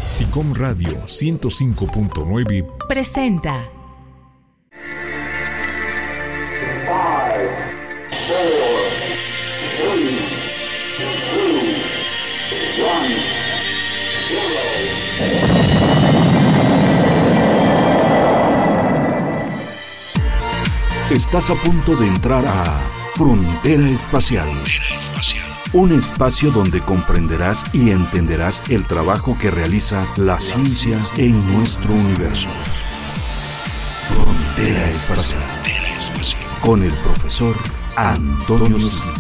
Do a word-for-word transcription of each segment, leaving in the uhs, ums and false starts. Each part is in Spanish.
SICOM Radio ciento cinco punto nueve presenta five, four, three, two, one, Estás a punto de entrar a Frontera Espacial. Un espacio donde comprenderás y entenderás el trabajo que realiza la ciencia en nuestro universo. Frontera Espacial. Con el profesor Antonio Silva.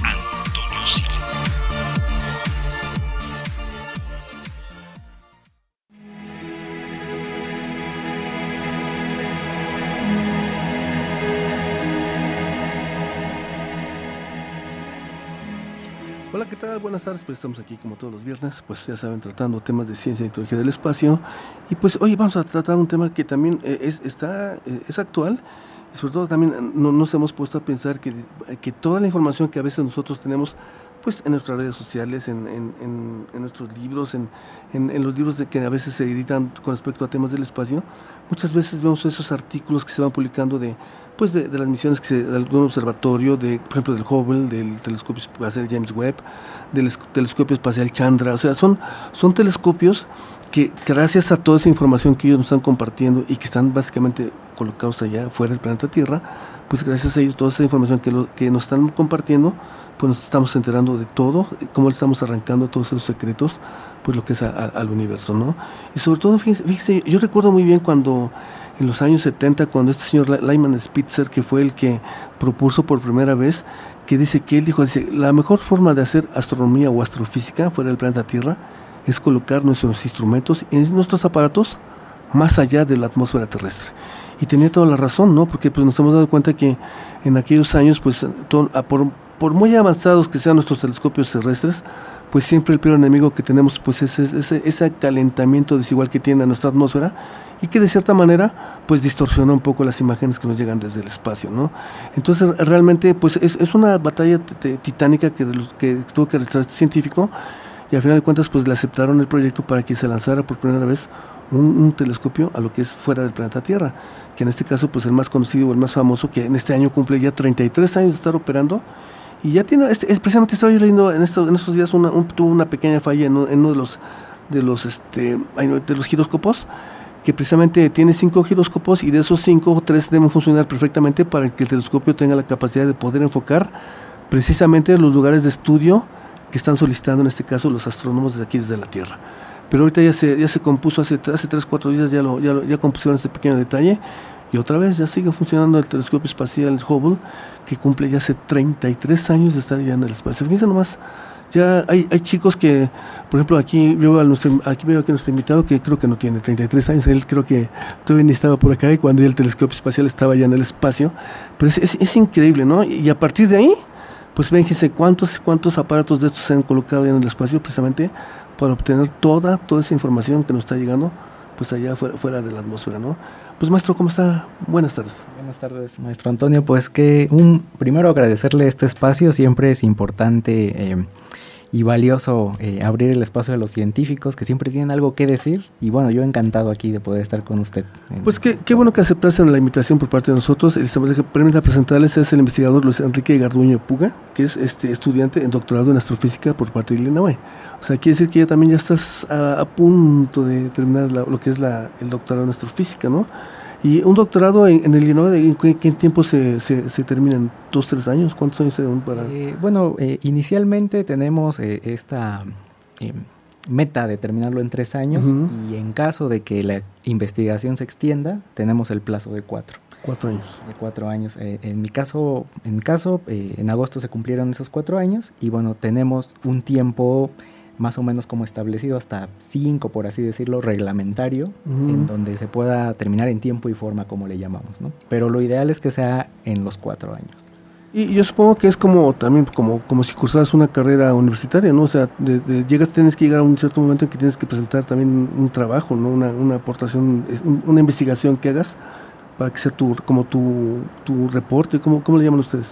Hola, ¿qué tal? Buenas tardes, pues estamos aquí como todos los viernes, pues ya saben, tratando temas de ciencia y tecnología del espacio. Y pues hoy vamos a tratar un tema que también eh, es, está, eh, es actual, y sobre todo también no, nos hemos puesto a pensar que, que toda la información que a veces nosotros tenemos pues en nuestras redes sociales, en, en, en, en nuestros libros, en, en, en los libros de que a veces se editan con respecto a temas del espacio, muchas veces vemos esos artículos que se van publicando de pues de, de las misiones que se, de algún observatorio, de, por ejemplo del Hubble, del telescopio espacial James Webb, del telescopio espacial Chandra. O sea, son, son telescopios que gracias a toda esa información que ellos nos están compartiendo y que están básicamente colocados allá fuera del planeta Tierra, pues gracias a ellos, toda esa información que, lo, que nos están compartiendo, pues nos estamos enterando de todo, cómo le estamos arrancando todos esos secretos, pues lo que es a, a, al universo, ¿no? Y sobre todo, fíjense, fíjense, yo recuerdo muy bien cuando en los años setenta, cuando este señor Lyman Spitzer, que fue el que propuso por primera vez, que dice que él dijo, dice, la mejor forma de hacer astronomía o astrofísica fuera del planeta Tierra es colocar nuestros instrumentos en nuestros aparatos más allá de la atmósfera terrestre. Y tenía toda la razón, ¿no? Porque pues nos hemos dado cuenta que en aquellos años, pues todo, por, por muy avanzados que sean nuestros telescopios terrestres, pues siempre el peor enemigo que tenemos pues es ese, ese, ese calentamiento desigual que tiene nuestra atmósfera y que de cierta manera pues distorsiona un poco las imágenes que nos llegan desde el espacio, ¿no? Entonces realmente pues es, es una batalla t- titánica que, que tuvo que realizar este científico, y al final de cuentas pues le aceptaron el proyecto para que se lanzara por primera vez un, un telescopio a lo que es fuera del planeta Tierra, que en este caso pues el más conocido o el más famoso, que en este año cumple ya treinta y tres años de estar operando. Y ya tiene, este, es, precisamente estaba yo leyendo en estos, en estos días una, un, tuvo una pequeña falla en, en uno de los de los este de los giroscopos, que precisamente tiene cinco giroscopos y de esos cinco, tres deben funcionar perfectamente para que el telescopio tenga la capacidad de poder enfocar precisamente los lugares de estudio que están solicitando en este caso los astrónomos desde aquí, desde la Tierra. Pero ahorita ya se ya se compuso hace hace tres cuatro días ya lo ya, lo, ya compusieron este pequeño detalle. Y otra vez ya sigue funcionando el telescopio espacial Hubble, que cumple ya hace treinta y tres años de estar ya en el espacio. Fíjense nomás, ya hay, hay chicos que, por ejemplo, aquí veo a nuestro, aquí veo a nuestro invitado que creo que no tiene treinta y tres años, él creo que todavía ni estaba por acá y cuando ya el telescopio espacial estaba ya en el espacio. Pero es, es, es increíble, ¿no? Y a partir de ahí, pues fíjense cuántos, cuántos aparatos de estos se han colocado ya en el espacio precisamente para obtener toda, toda esa información que nos está llegando pues allá fuera, fuera de la atmósfera, ¿no? Pues maestro, ¿cómo está? Buenas tardes. Buenas tardes, maestro Antonio. Pues que un primero agradecerle este espacio, siempre es importante eh, y valioso eh, abrir el espacio a los científicos que siempre tienen algo que decir, y bueno, yo encantado aquí de poder estar con usted. Pues qué, qué bueno que aceptasen la invitación por parte de nosotros. El que permite presentarles es el investigador Luis Enrique Garduño Puga, que es este estudiante en doctorado en astrofísica por parte de Illinois. O sea, quiere decir que ya también ya estás a, a punto de terminar la, lo que es la, el doctorado en astrofísica, ¿no? Y un doctorado en, en el Illinois, ¿en qué, qué tiempo se, se, se termina? ¿En dos, tres años? ¿Cuántos años se dan para...? Eh, bueno, eh, inicialmente tenemos eh, esta eh, meta de terminarlo en tres años, uh-huh. Y en caso de que la investigación se extienda, tenemos el plazo de cuatro. Cuatro años. De cuatro años. Eh, en mi caso, en mi caso eh, en agosto se cumplieron esos cuatro años y bueno, tenemos un tiempo más o menos como establecido, hasta cinco, por así decirlo, reglamentario, uh-huh. En donde se pueda terminar en tiempo y forma, como le llamamos, ¿no? Pero lo ideal es que sea en los cuatro años. Y yo supongo que es como también como, como si cursaras una carrera universitaria, ¿no? O sea, de, de, llegas, tienes que llegar a un cierto momento en que tienes que presentar también un, un trabajo, ¿no? Una, una aportación, una investigación que hagas para que sea tu, como tu, tu reporte, ¿cómo, cómo le llaman ustedes?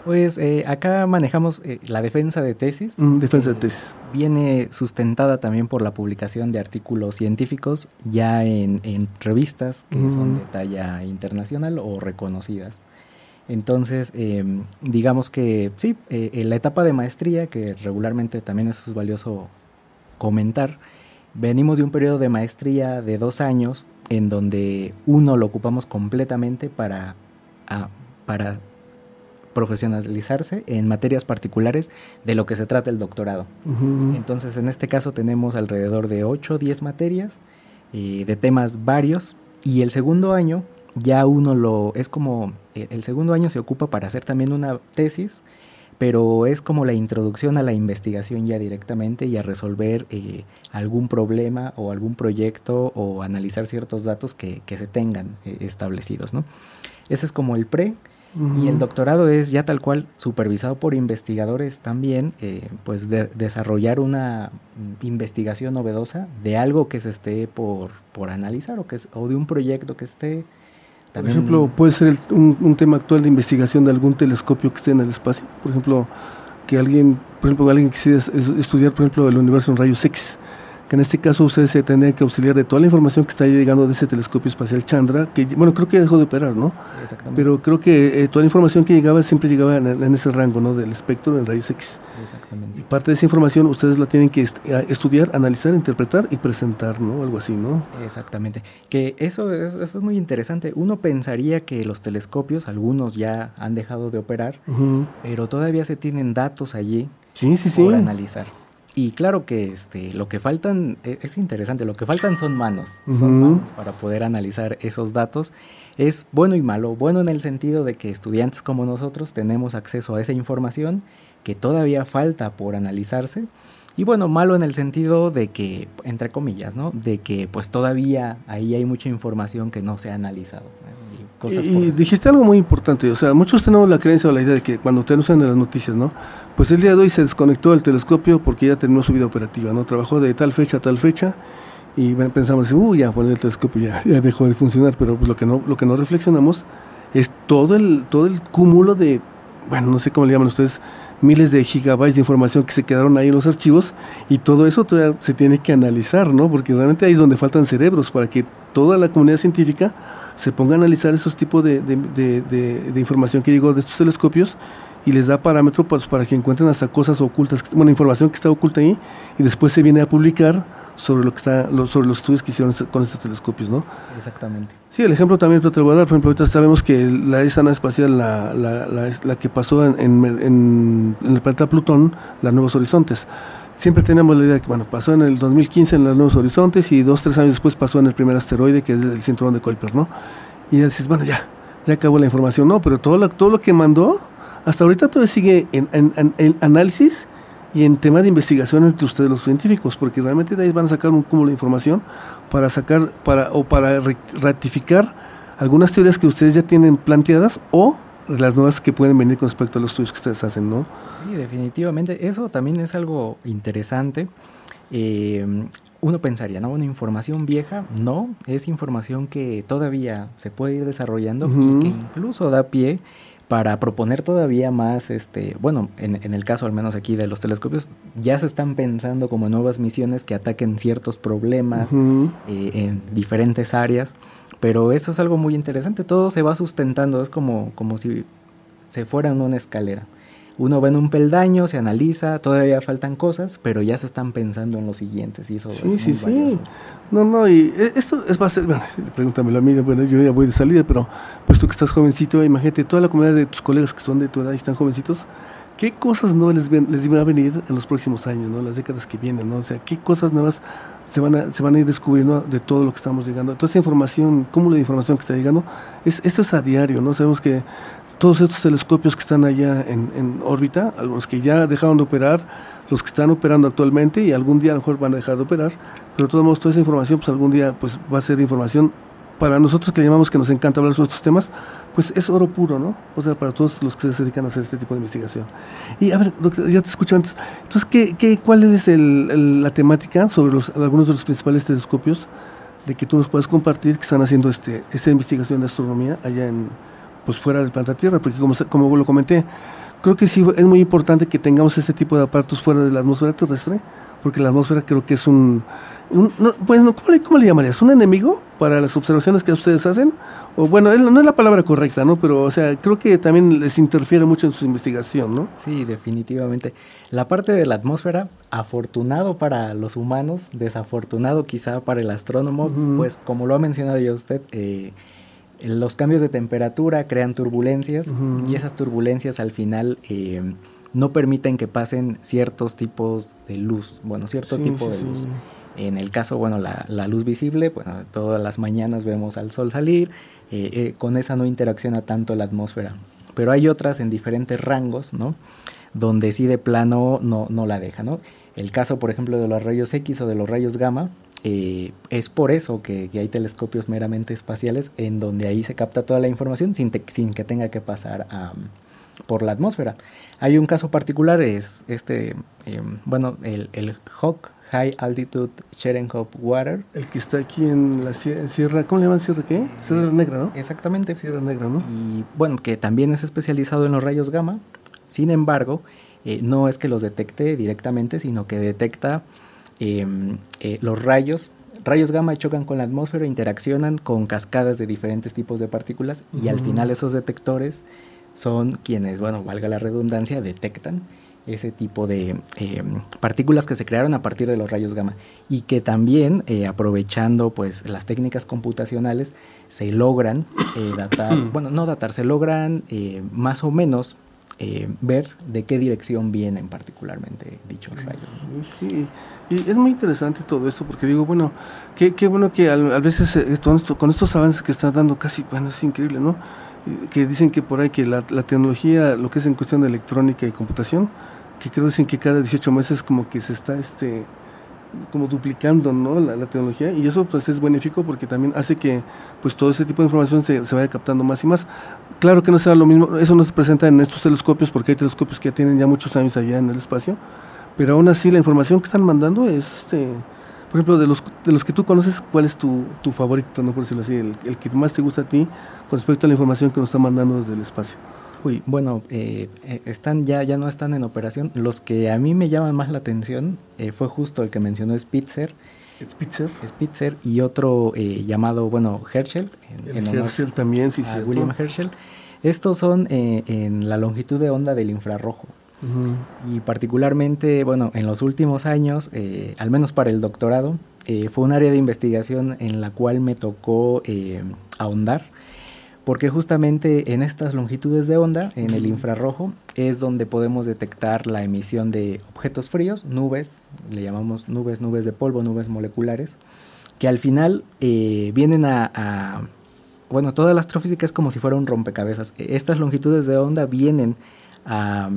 Pues eh, acá manejamos eh, la defensa de tesis. Mm, defensa eh, de tesis. Viene sustentada también por la publicación de artículos científicos ya en, en revistas que mm. son de talla internacional o reconocidas. Entonces, eh, digamos que sí, eh, en la etapa de maestría, que regularmente también eso es valioso comentar, venimos de un periodo de maestría de dos años en donde uno lo ocupamos completamente para, a, para profesionalizarse en materias particulares de lo que se trata el doctorado. Uh-huh. Entonces, en este caso tenemos alrededor de ocho o diez materias eh, de temas varios, y el segundo año ya uno lo, es como, eh, el segundo año se ocupa para hacer también una tesis, pero es como la introducción a la investigación ya directamente y a resolver eh, algún problema o algún proyecto o analizar ciertos datos que, que se tengan eh, establecidos, ¿no? Ese es como el pre. Uh-huh. Y el doctorado es ya tal cual supervisado por investigadores también, eh, pues de, desarrollar una investigación novedosa de algo que se esté por, por analizar o, que, o de un proyecto que esté también. Por ejemplo, puede ser el, un, un tema actual de investigación de algún telescopio que esté en el espacio. Por ejemplo, que alguien, por ejemplo, alguien quisiera estudiar, por ejemplo, el universo en rayos X, que en este caso ustedes se tendrían que auxiliar de toda la información que está llegando de ese telescopio espacial Chandra, que bueno, creo que dejó de operar, ¿no? Exactamente. Pero creo que eh, toda la información que llegaba siempre llegaba en, en ese rango, ¿no? Del espectro en rayos X. Exactamente. Y parte de esa información ustedes la tienen que est- estudiar, analizar, interpretar y presentar, ¿no? Algo así, ¿no? Exactamente. Que eso es, eso es muy interesante. Uno pensaría que los telescopios, algunos ya han dejado de operar, uh-huh. pero todavía se tienen datos allí sí, sí, por sí. analizar. Y claro que este, lo que faltan, es, es interesante, lo que faltan son manos, uh-huh. son manos para poder analizar esos datos. Es bueno y malo, bueno en el sentido de que estudiantes como nosotros tenemos acceso a esa información que todavía falta por analizarse, y bueno, malo en el sentido de que, entre comillas, ¿no? De que pues todavía ahí hay mucha información que no se ha analizado, ¿eh? Y, cosas y dijiste algo muy importante, o sea, muchos tenemos la creencia o la idea de que cuando te anuncian en las noticias, ¿no? Pues el día de hoy se desconectó el telescopio porque ya terminó su vida operativa, ¿no? Trabajó de tal fecha a tal fecha y bueno, pensamos, uy, ya poner el telescopio ya, ya dejó de funcionar, pero pues lo que no lo que no reflexionamos es todo el todo el cúmulo de, bueno, no sé cómo le llaman ustedes, miles de gigabytes de información que se quedaron ahí en los archivos, y todo eso todavía se tiene que analizar, ¿no? Porque realmente ahí es donde faltan cerebros para que toda la comunidad científica se ponga a analizar esos tipos de, de, de, de, de información que llegó de estos telescopios, y les da parámetros pues, para que encuentren hasta cosas ocultas, bueno, información que está oculta ahí, y después se viene a publicar sobre lo que está, lo, sobre los estudios que hicieron con estos telescopios, ¿no? Exactamente. Sí, el ejemplo también te lo voy a dar. Por ejemplo, ahorita sabemos que la esa nave espacial, la, la, la, la que pasó en, en, en, en el planeta Plutón, la Nuevos Horizontes, siempre teníamos la idea de que, bueno, pasó en el dos mil quince en los Nuevos Horizontes, y dos, tres años después pasó en el primer asteroide, que es el cinturón de Kuiper, ¿no? Y ya dices, bueno, ya, ya acabó la información, no, pero todo lo, todo lo que mandó, hasta ahorita todavía sigue en, en, en, en análisis y en tema de investigaciones de ustedes los científicos, porque realmente de ahí van a sacar un cúmulo de información para sacar, para o para ratificar algunas teorías que ustedes ya tienen planteadas, o las nuevas que pueden venir con respecto a los estudios que ustedes hacen, ¿no? Sí, definitivamente. Eso también es algo interesante. Eh, uno pensaría, ¿no? Una información vieja, no, es información que todavía se puede ir desarrollando, uh-huh. y que incluso da pie para proponer todavía más, este, bueno, en, en el caso al menos aquí de los telescopios, ya se están pensando como nuevas misiones que ataquen ciertos problemas uh-huh. eh, en diferentes áreas, pero eso es algo muy interesante, todo se va sustentando, es como, como si se fuera en una escalera. Uno ve en un peldaño, se analiza, todavía faltan cosas, pero ya se están pensando en los siguientes, y eso sí, es sí, muy valioso. Sí. No, no, y esto es va a ser, bueno, pregúntamelo a mí, bueno, yo ya voy de salida, pero pues tú que estás jovencito, imagínate toda la comunidad de tus colegas que son de tu edad y están jovencitos, ¿qué cosas no les, ven, les van a venir en los próximos años, ¿no? Las décadas que vienen, ¿no? O sea, ¿qué cosas nuevas se van a, se van a ir descubriendo de todo lo que estamos llegando? Toda esa información, cúmulo de información que está llegando, es, esto es a diario, ¿no? Sabemos que todos estos telescopios que están allá en, en órbita, los que ya dejaron de operar, los que están operando actualmente, y algún día a lo mejor van a dejar de operar, pero de todos modos toda esa información pues algún día pues va a ser información para nosotros que le llamamos, que nos encanta hablar sobre estos temas, pues es oro puro, ¿no? O sea, para todos los que se dedican a hacer este tipo de investigación. Y a ver, doctor, ya te escucho antes, entonces, ¿qué, qué, ¿cuál es el, el, la temática sobre los, algunos de los principales telescopios de que tú nos puedes compartir que están haciendo este esta investigación de astronomía allá en, pues fuera del planeta Tierra? Porque como, como lo comenté, creo que sí es muy importante que tengamos este tipo de aparatos fuera de la atmósfera terrestre, porque la atmósfera creo que es un, un no, pues, no, ¿cómo, le, ¿cómo le llamarías? ¿Un enemigo para las observaciones que ustedes hacen? O bueno, no es la palabra correcta, ¿no? Pero, o sea, creo que también les interfiere mucho en su investigación, ¿no? Sí, definitivamente. La parte de la atmósfera, afortunado para los humanos, desafortunado quizá para el astrónomo, uh-huh. pues como lo ha mencionado ya usted, eh, los cambios de temperatura crean turbulencias, uh-huh. y esas turbulencias al final eh, no permiten que pasen ciertos tipos de luz, bueno, cierto sí, tipo sí, de luz. Sí. En el caso, bueno, la, la luz visible, bueno, todas las mañanas vemos al sol salir, eh, eh, con esa no interacciona tanto la atmósfera. Pero hay otras en diferentes rangos, ¿no? Donde sí de plano no, no la deja, ¿no? El caso, por ejemplo, de los rayos X o de los rayos gamma, eh, es por eso que, que hay telescopios meramente espaciales en donde ahí se capta toda la información sin, te, sin que tenga que pasar a... Um, por la atmósfera. Hay un caso particular, es este, eh, bueno, el, el Hawk, High Altitude Cherenkov Water. El que está aquí en la sierra, ¿cómo le llaman? ¿Sierra qué? Sierra Negra, ¿no? Exactamente. Sierra Negra, ¿no? Y bueno, que también es especializado en los rayos gamma. Sin embargo, eh, no es que los detecte directamente, sino que detecta eh, eh, los rayos. Rayos gamma chocan con la atmósfera, interaccionan con cascadas de diferentes tipos de partículas y uh-huh. al final esos detectores son quienes, bueno, valga la redundancia, detectan ese tipo de eh, partículas que se crearon a partir de los rayos gamma y que también, eh, aprovechando pues las técnicas computacionales, se logran eh, datar, bueno, no datar, se logran eh, más o menos eh, ver de qué dirección vienen particularmente dichos rayos. Sí, y es muy interesante todo esto porque digo, bueno, qué, qué bueno que a, a veces eh, con, esto, con estos avances que están dando casi, bueno, es increíble, ¿no? Que dicen que por ahí que la, la tecnología, lo que es en cuestión de electrónica y computación, que creo dicen que cada dieciocho meses como que se está este como duplicando, ¿no? la, la tecnología, y eso pues es benéfico porque también hace que pues todo ese tipo de información se, se vaya captando más y más. Claro que no sea lo mismo, eso no se presenta en estos telescopios porque hay telescopios que ya tienen ya muchos años allá en el espacio, pero aún así la información que están mandando es este, por ejemplo, de los de los que tú conoces, ¿cuál es tu, tu favorito, no por decirlo así, el, el que más te gusta a ti con respecto a la información que nos están mandando desde el espacio? Uy, bueno, eh, están ya, ya no están en operación. Los que a mí me llaman más la atención eh, fue justo el que mencionó Spitzer. ¿Spitzer? Spitzer y otro eh, llamado, bueno, Herschel. En, el en Herschel también, sí, sí. William Herschel. Estos son eh, en la longitud de onda del infrarrojo. Uh-huh. Y particularmente, bueno, en los últimos años, eh, al menos para el doctorado, eh, fue un área de investigación en la cual me tocó eh, ahondar. Porque justamente en estas longitudes de onda, en el infrarrojo, es donde podemos detectar la emisión de objetos fríos, nubes, le llamamos nubes, nubes de polvo, nubes moleculares, que al final eh, vienen a, a... Bueno, toda la astrofísica es como si fuera un rompecabezas. Estas longitudes de onda vienen a,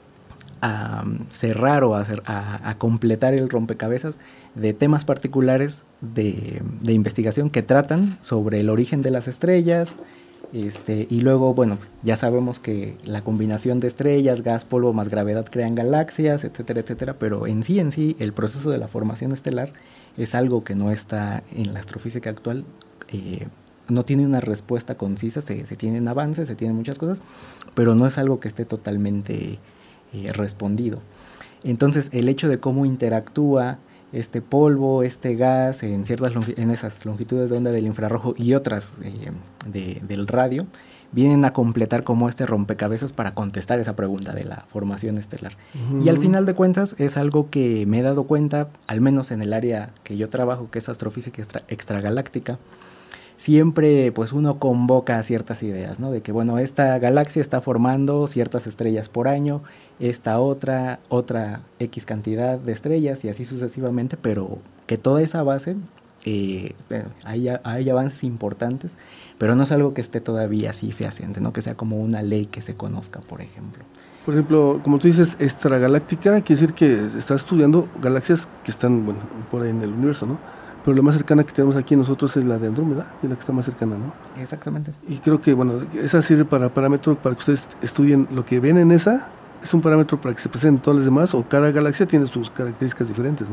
a cerrar o a, a, a completar el rompecabezas de temas particulares de, de investigación que tratan sobre el origen de las estrellas. Este, y luego, bueno, ya sabemos que la combinación de estrellas, gas, polvo más gravedad crean galaxias, etcétera, etcétera, pero en sí, en sí, el proceso de la formación estelar es algo que no está en la astrofísica actual, eh, no tiene una respuesta concisa, se, se tienen avances, se tienen muchas cosas, pero no es algo que esté totalmente eh, respondido. Entonces, el hecho de cómo interactúa este polvo, este gas en ciertas longi- en esas longitudes de onda del infrarrojo y otras eh, de, del radio, vienen a completar como este rompecabezas para contestar esa pregunta de la formación estelar. Uh-huh. Y al final de cuentas es algo que me he dado cuenta, al menos en el área que yo trabajo, que es astrofísica extra- extragaláctica, siempre pues uno convoca ciertas ideas, ¿no? De que bueno, esta galaxia está formando ciertas estrellas por año, esta otra, otra X cantidad de estrellas y así sucesivamente, pero que toda esa base, eh, hay, hay avances importantes, pero no es algo que esté todavía así fehaciente, ¿no? Que sea como una ley que se conozca, por ejemplo. Por ejemplo, como tú dices, extragaláctica, quiere decir que estás estudiando galaxias que están, bueno, por ahí en el universo, ¿no? Pero la más cercana que tenemos aquí nosotros es la de Andrómeda, es la que está más cercana, ¿no? Exactamente. Y creo que, bueno, esa sirve para parámetro para que ustedes estudien lo que ven en esa, es un parámetro para que se presenten todas las demás, o cada galaxia tiene sus características diferentes, ¿no?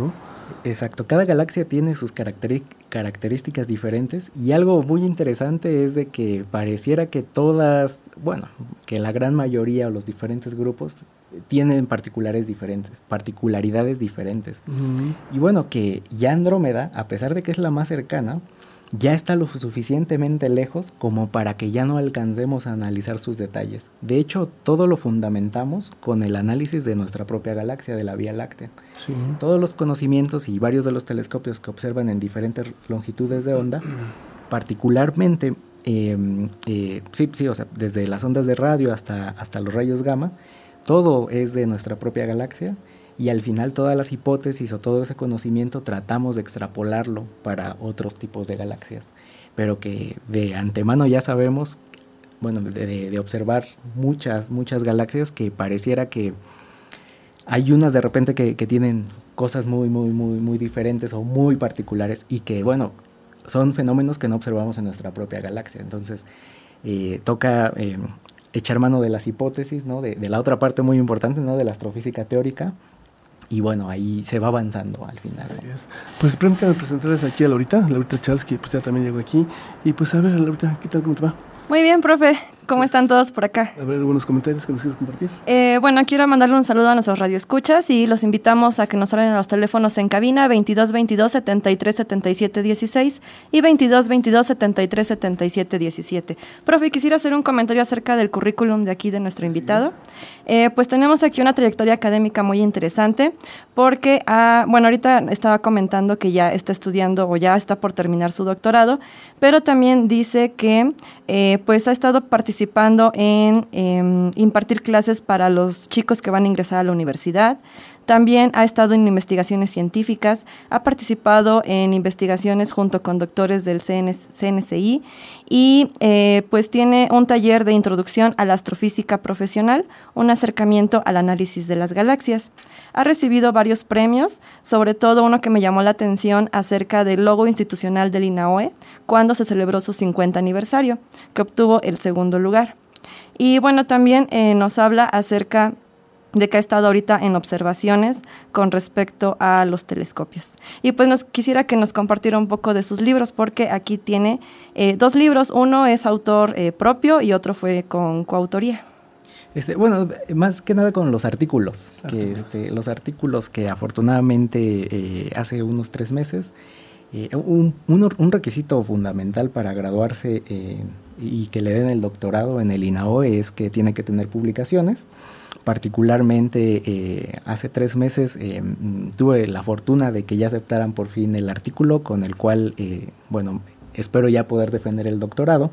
Exacto, cada galaxia tiene sus caracteri- características diferentes y algo muy interesante es de que pareciera que todas, bueno, que la gran mayoría o los diferentes grupos tienen particulares diferentes, particularidades diferentes. Uh-huh. Y bueno, que ya Andrómeda, a pesar de que es la más cercana, ya está lo suficientemente lejos como para que ya no alcancemos a analizar sus detalles. De hecho, todo lo fundamentamos con el análisis de nuestra propia galaxia, de la Vía Láctea. Sí. Todos los conocimientos y varios de los telescopios que observan en diferentes longitudes de onda, particularmente, eh, eh, sí, sí, o sea, desde las ondas de radio hasta, hasta los rayos gamma, todo es de nuestra propia galaxia. Y al final todas las hipótesis o todo ese conocimiento tratamos de extrapolarlo para otros tipos de galaxias, pero que de antemano ya sabemos, bueno, de, de observar muchas, muchas galaxias que pareciera que hay unas de repente que, que tienen cosas muy, muy, muy, muy diferentes o muy particulares y que, bueno, son fenómenos que no observamos en nuestra propia galaxia. Entonces, eh, toca eh, echar mano de las hipótesis, ¿no? De, de la otra parte muy importante, ¿no? De la astrofísica teórica. Y bueno, ahí se va avanzando al final. Pues permítanme presentarles aquí a Laurita, Laurita Charles, que pues ya también llegó aquí. Y pues a ver, Laurita, ¿qué tal? ¿Cómo te va? Muy bien, profe. ¿Cómo están todos por acá? A ver, algunos comentarios que nos quieres compartir. Eh, bueno, quiero mandarle un saludo a nuestros radioescuchas y los invitamos a que nos hablen a los teléfonos en cabina veintidós veintidós setenta y tres setenta y siete dieciséis y veintidós veintidós setenta y tres setenta y siete diecisiete. Profe, quisiera hacer un comentario acerca del currículum de aquí de nuestro invitado. Eh, pues tenemos aquí una trayectoria académica muy interesante porque, ah, bueno, ahorita estaba comentando que ya está estudiando o ya está por terminar su doctorado, pero también dice que eh, pues ha estado participando participando en eh, impartir clases para los chicos que van a ingresar a la universidad. También ha estado en investigaciones científicas, ha participado en investigaciones junto con doctores del C N S I y eh, pues tiene un taller de introducción a la astrofísica profesional, un acercamiento al análisis de las galaxias. Ha recibido varios premios, sobre todo uno que me llamó la atención acerca del logo institucional del INAOE, cuando se celebró su cincuenta aniversario, que obtuvo el segundo lugar. Y bueno, también eh, nos habla acerca de que ha estado ahorita en observaciones con respecto a los telescopios. Y pues nos quisiera que nos compartiera un poco de sus libros, porque aquí tiene eh, dos libros, uno es autor eh, propio y otro fue con coautoría. Este, bueno, más que nada con los artículos, que este, los artículos que afortunadamente eh, hace unos tres meses, eh, un, un, un requisito fundamental para graduarse eh, y que le den el doctorado en el INAOE es que tiene que tener publicaciones. Particularmente eh, hace tres meses eh, tuve la fortuna de que ya aceptaran por fin el artículo con el cual, eh, bueno, espero ya poder defender el doctorado.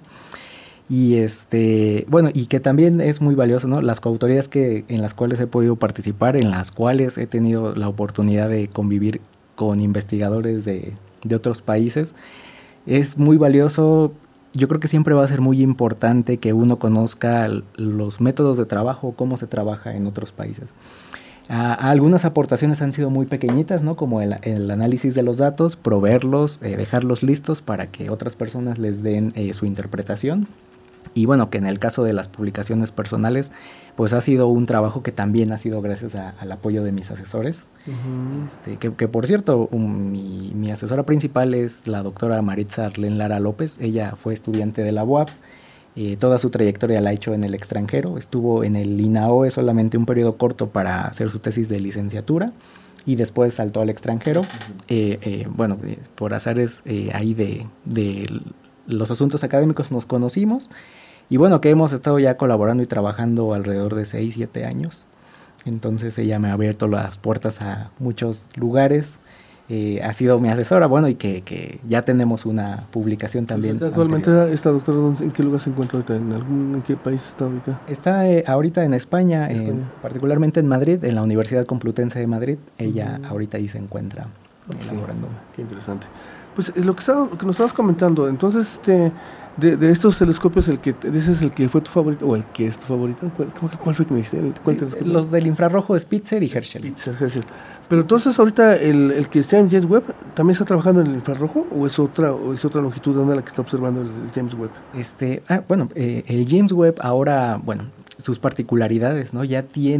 Y este, bueno, y que también es muy valioso, ¿no? Las coautorías que, en las cuales he podido participar, en las cuales he tenido la oportunidad de convivir con investigadores de, de otros países, es muy valioso. Yo creo que siempre va a ser muy importante que uno conozca los métodos de trabajo, cómo se trabaja en otros países. Uh, algunas aportaciones han sido muy pequeñitas, ¿no? Como el, el análisis de los datos, proveerlos, eh, dejarlos listos para que otras personas les den eh, su interpretación. Y bueno, que en el caso de las publicaciones personales, pues ha sido un trabajo que también ha sido gracias a, al apoyo de mis asesores. Uh-huh. Este, que, que por cierto, um, mi, mi asesora principal es la doctora Maritza Arlén Lara López. Ella fue estudiante de la U A P. Eh, toda su trayectoria la ha hecho en el extranjero. Estuvo en el INAOE solamente un periodo corto para hacer su tesis de licenciatura y después saltó al extranjero. Uh-huh. eh, eh, bueno, eh, por azares eh, ahí de, de los asuntos académicos nos conocimos. Y bueno, que hemos estado ya colaborando y trabajando alrededor de seis, siete años. Entonces ella me ha abierto las puertas a muchos lugares. Eh, ha sido mi asesora, bueno, y que, que ya tenemos una publicación también. Pues actualmente anterior. Esta doctora, ¿en qué lugar se encuentra ahorita? ¿En, algún, en qué país está ahorita? Está eh, ahorita en España, España. En, particularmente en Madrid, en la Universidad Complutense de Madrid. Ella uh-huh. ahorita ahí se encuentra elaborando. Sí, qué interesante. Pues lo que, estaba, lo que nos estabas comentando, entonces este... De, de estos telescopios, el que ese es el que fue tu favorito, o el que es tu favorito. ¿Cuál, cuál fue que me dijiste? ¿Cuál sí, los del infrarrojo, Spitzer y Herschel. Spitzer, Herschel. Pero entonces ahorita el, el que está en James Webb, ¿también está trabajando en el infrarrojo o es otra o es otra longitud de onda la que está observando el James Webb? Este, ah, bueno, eh, el James Webb ahora, bueno, sus particularidades, ¿no? Ya tiene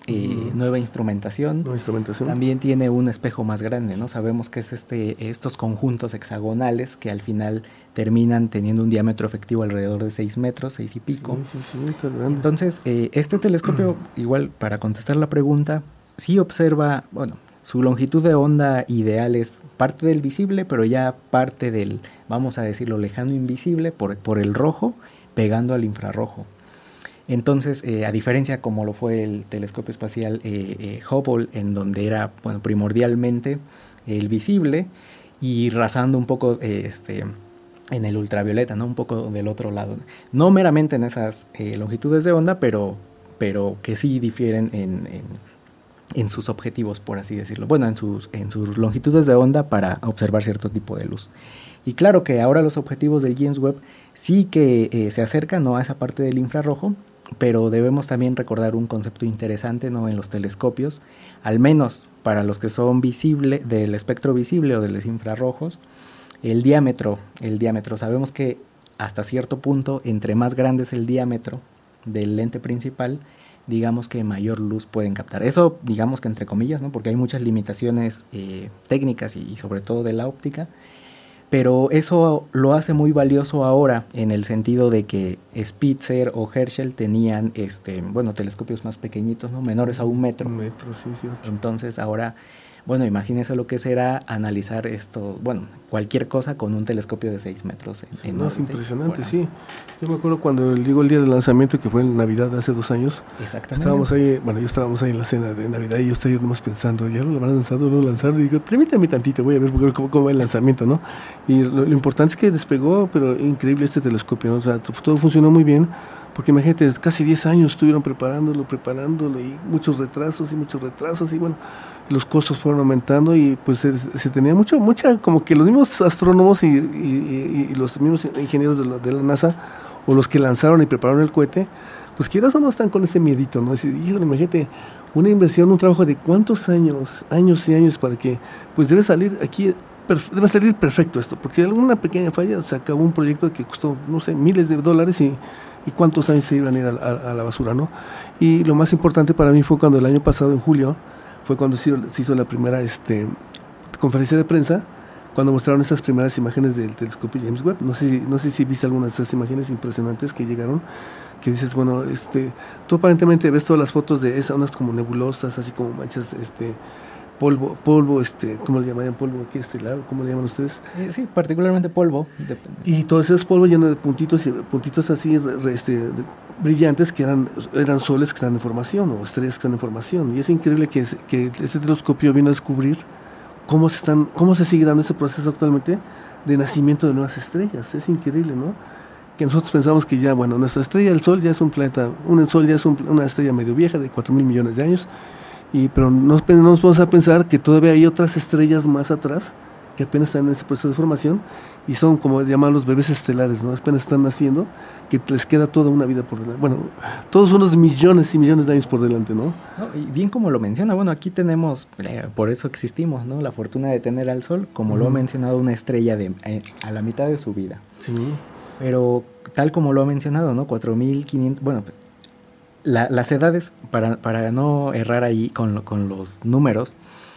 eh, mm. nueva instrumentación. Nueva instrumentación. También tiene un espejo más grande, ¿no? Sabemos que es este estos conjuntos hexagonales que al final terminan teniendo un diámetro efectivo alrededor de seis metros, seis y pico. Sí, sí, sí, está grande. Entonces, eh, este telescopio, igual, para contestar la pregunta, sí observa, bueno, su longitud de onda ideal es parte del visible, pero ya parte del, vamos a decirlo, lejano invisible por, por el rojo, pegando al infrarrojo. Entonces, eh, a diferencia como lo fue el telescopio espacial eh, eh, Hubble, en donde era, bueno, primordialmente el visible y rasando un poco eh, este, en el ultravioleta, ¿no? Un poco del otro lado. No meramente en esas eh, longitudes de onda, pero, pero que sí difieren en, en, en sus objetivos, por así decirlo. Bueno, en sus, en sus longitudes de onda para observar cierto tipo de luz. Y claro que ahora los objetivos del James Webb sí que eh, se acercan, ¿no?, a esa parte del infrarrojo, pero debemos también recordar un concepto interesante, ¿no?, en los telescopios, al menos para los que son visible, del espectro visible o de los infrarrojos, el diámetro, el diámetro, sabemos que hasta cierto punto, entre más grande es el diámetro del lente principal, digamos que mayor luz pueden captar. Eso, digamos que entre comillas, ¿no?, porque hay muchas limitaciones eh, técnicas y, y sobre todo de la óptica, pero eso lo hace muy valioso ahora en el sentido de que Spitzer o Herschel tenían, este, bueno, telescopios más pequeñitos, ¿no?, menores a un metro. Un metro, sí, sí. Entonces ahora, bueno, imagínense lo que será analizar esto, bueno, cualquier cosa con un telescopio de seis metros. En, sí, en no, es impresionante, fuera. Sí. Yo me acuerdo cuando llegó el día del lanzamiento, que fue en Navidad hace dos años. Exactamente. Estábamos ahí, bueno, yo estábamos ahí en la cena de Navidad y yo estaba nomás pensando, ya lo habrán lanzado, lo lanzaron, y digo, permítame tantito, voy a ver cómo, cómo va el lanzamiento, ¿no? Y lo, lo importante es que despegó, pero increíble este telescopio, ¿no? O sea, todo funcionó muy bien. Porque imagínate, casi diez años estuvieron preparándolo, preparándolo y muchos retrasos y muchos retrasos y bueno, los costos fueron aumentando y pues se, se tenía mucho, mucha, como que los mismos astrónomos y, y, y los mismos ingenieros de la, de la NASA o los que lanzaron y prepararon el cohete, pues quieras o no están con ese miedito, ¿no? Decir, híjole, imagínate, una inversión, un trabajo de cuántos años, años y años para que pues debe salir aquí, perf- debe salir perfecto esto, porque alguna pequeña falla se acabó un proyecto que costó, no sé, miles de dólares y y cuántos años se iban a ir a, a, a la basura, ¿no? Y lo más importante para mí fue cuando el año pasado, en julio, fue cuando se hizo, se hizo la primera este, conferencia de prensa, cuando mostraron esas primeras imágenes del telescopio James Webb. No sé, no sé si viste algunas de esas imágenes impresionantes que llegaron, que dices, bueno, este, tú aparentemente ves todas las fotos de esas, unas como nebulosas, así como manchas, este, polvo, polvo, este, ¿cómo le llamarían polvo aquí este lado? ¿Cómo le llaman ustedes? Eh, sí, particularmente polvo. Depende. Y todo ese polvo lleno de puntitos, puntitos así, este, de, brillantes, que eran, eran soles que están en formación, o estrellas que están en formación. Y es increíble que, que este telescopio vino a descubrir cómo se están, cómo se sigue dando ese proceso actualmente de nacimiento de nuevas estrellas. Es increíble, ¿no? Que nosotros pensamos que ya, bueno, nuestra estrella, el Sol, ya es un planeta, un Sol ya es un, una estrella medio vieja, de cuatro mil millones de años. Y, pero no, no nos vamos a pensar que todavía hay otras estrellas más atrás que apenas están en ese proceso de formación y son como llaman los bebés estelares, ¿no? Apenas están naciendo, que les queda toda una vida por delante. Bueno, todos unos millones y millones de años por delante, ¿no? No, y bien como lo menciona, bueno, aquí tenemos, eh, por eso existimos, ¿no? La fortuna de tener al Sol, como uh-huh. lo ha mencionado, una estrella de eh, a la mitad de su vida. Sí. Pero tal como lo ha mencionado, ¿no? cuatro mil quinientos, bueno, La, las edades, para, para no errar ahí con, con los números,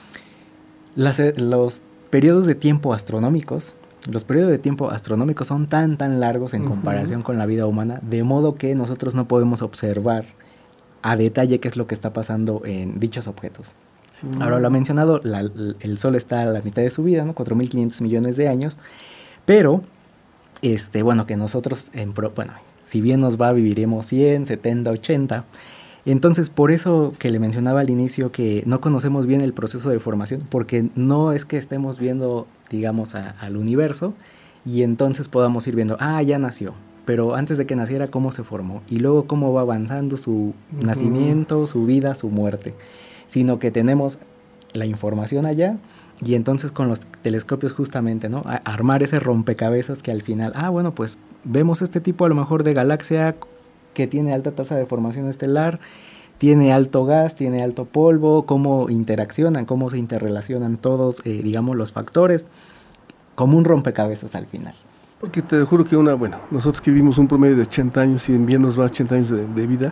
las, los periodos de tiempo astronómicos, los periodos de tiempo astronómicos son tan, tan largos en uh-huh. comparación con la vida humana, de modo que nosotros no podemos observar a detalle qué es lo que está pasando en dichos objetos. Sí. Ahora lo ha mencionado, la, el Sol está a la mitad de su vida, ¿no? cuatro mil quinientos millones de años, pero, este, bueno, que nosotros, en pro, bueno, si bien nos va, viviremos cien, setenta, ochenta. Entonces, por eso que le mencionaba al inicio que no conocemos bien el proceso de formación, porque no es que estemos viendo, digamos, a, al universo y entonces podamos ir viendo, ah, ya nació, pero antes de que naciera, ¿cómo se formó? Y luego, ¿cómo va avanzando su uh-huh. nacimiento, su vida, su muerte? Sino que tenemos la información allá y entonces con los telescopios justamente, ¿no? A armar ese rompecabezas que al final, ah, bueno, pues vemos este tipo a lo mejor de galaxia que tiene alta tasa de formación estelar, tiene alto gas, tiene alto polvo, cómo interaccionan, cómo se interrelacionan todos, eh, digamos, los factores, como un rompecabezas al final. Porque te juro que una, bueno, nosotros que vivimos un promedio de ochenta años y en bien nos va ochenta años de, de vida,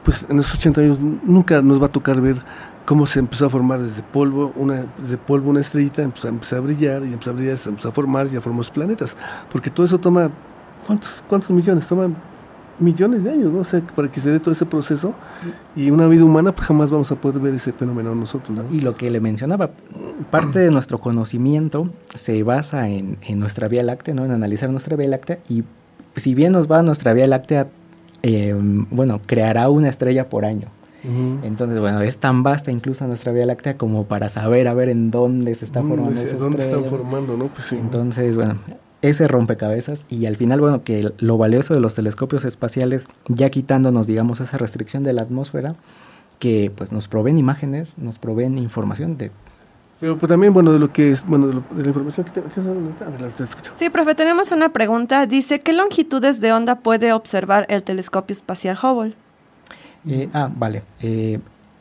pues en esos ochenta años nunca nos va a tocar ver cómo se empezó a formar desde polvo, una, desde polvo una estrellita, empezó a, empezó a brillar, y empezó a brillar, se empezó a formar, y ya formó los planetas, porque todo eso toma, ¿cuántos, cuántos millones? Toma millones de años, ¿no? O sea, para que se dé todo ese proceso, y una vida humana, pues jamás vamos a poder ver ese fenómeno nosotros, ¿no? Y lo que le mencionaba, parte de nuestro conocimiento se basa en, en nuestra Vía Láctea, ¿no? En analizar nuestra Vía Láctea, y si bien nos va nuestra Vía Láctea, eh, bueno, creará una estrella por año. Uh-huh. Entonces, bueno, es tan vasta incluso nuestra Vía Láctea como para saber a ver en dónde se está formando ¿Dónde, esa ¿dónde estrella? están formando, no? Pues sí. Entonces, bueno, ese rompecabezas, y al final, bueno, que lo valioso de los telescopios espaciales, ya quitándonos, digamos, esa restricción de la atmósfera, que pues nos proveen imágenes, nos proveen información de... Pero pues, también, bueno, de lo que es, bueno, de, lo, de la información que te, te, te, te escucho. Sí, profe, tenemos una pregunta. Dice, ¿qué longitudes de onda puede observar el telescopio espacial Hubble? Eh, ah, vale. Eh,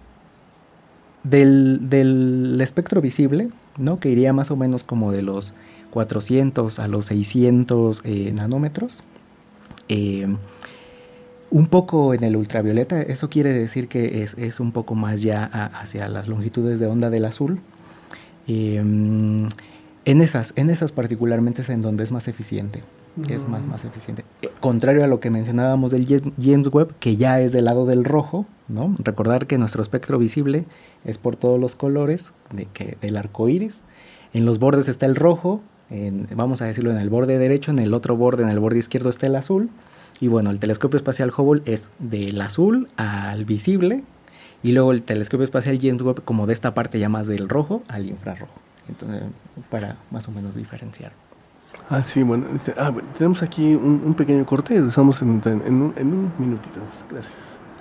del, del espectro visible, ¿no? Que iría más o menos como de los cuatrocientos a los seiscientos eh, nanómetros. Eh, un poco en el ultravioleta, eso quiere decir que es, es un poco más ya a, hacia las longitudes de onda del azul. Eh, en esas, en esas particularmente es en donde es más eficiente. Uh-huh. Es más, más eficiente. Eh, contrario a lo que mencionábamos del James Webb, que ya es del lado del rojo, ¿no? Recordar que nuestro espectro visible es por todos los colores de que, del arco iris. En los bordes está el rojo, en, vamos a decirlo en el borde derecho, en el otro borde, en el borde izquierdo está el azul. Y bueno, el telescopio espacial Hubble es del azul al visible, y luego el telescopio espacial James Webb como de esta parte ya más del rojo al infrarrojo. Entonces, para más o menos diferenciar. Ah, sí, bueno, este, ah, bueno tenemos aquí un, un pequeño corte, regresamos en, en, en, un, en un minutito. Gracias.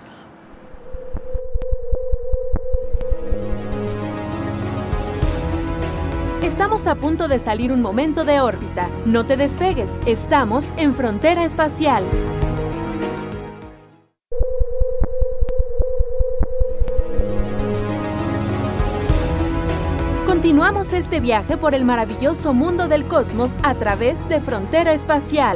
Estamos a punto de salir un momento de órbita. No te despegues, estamos en Frontera Espacial. Continuamos este viaje por el maravilloso mundo del cosmos a través de Frontera Espacial.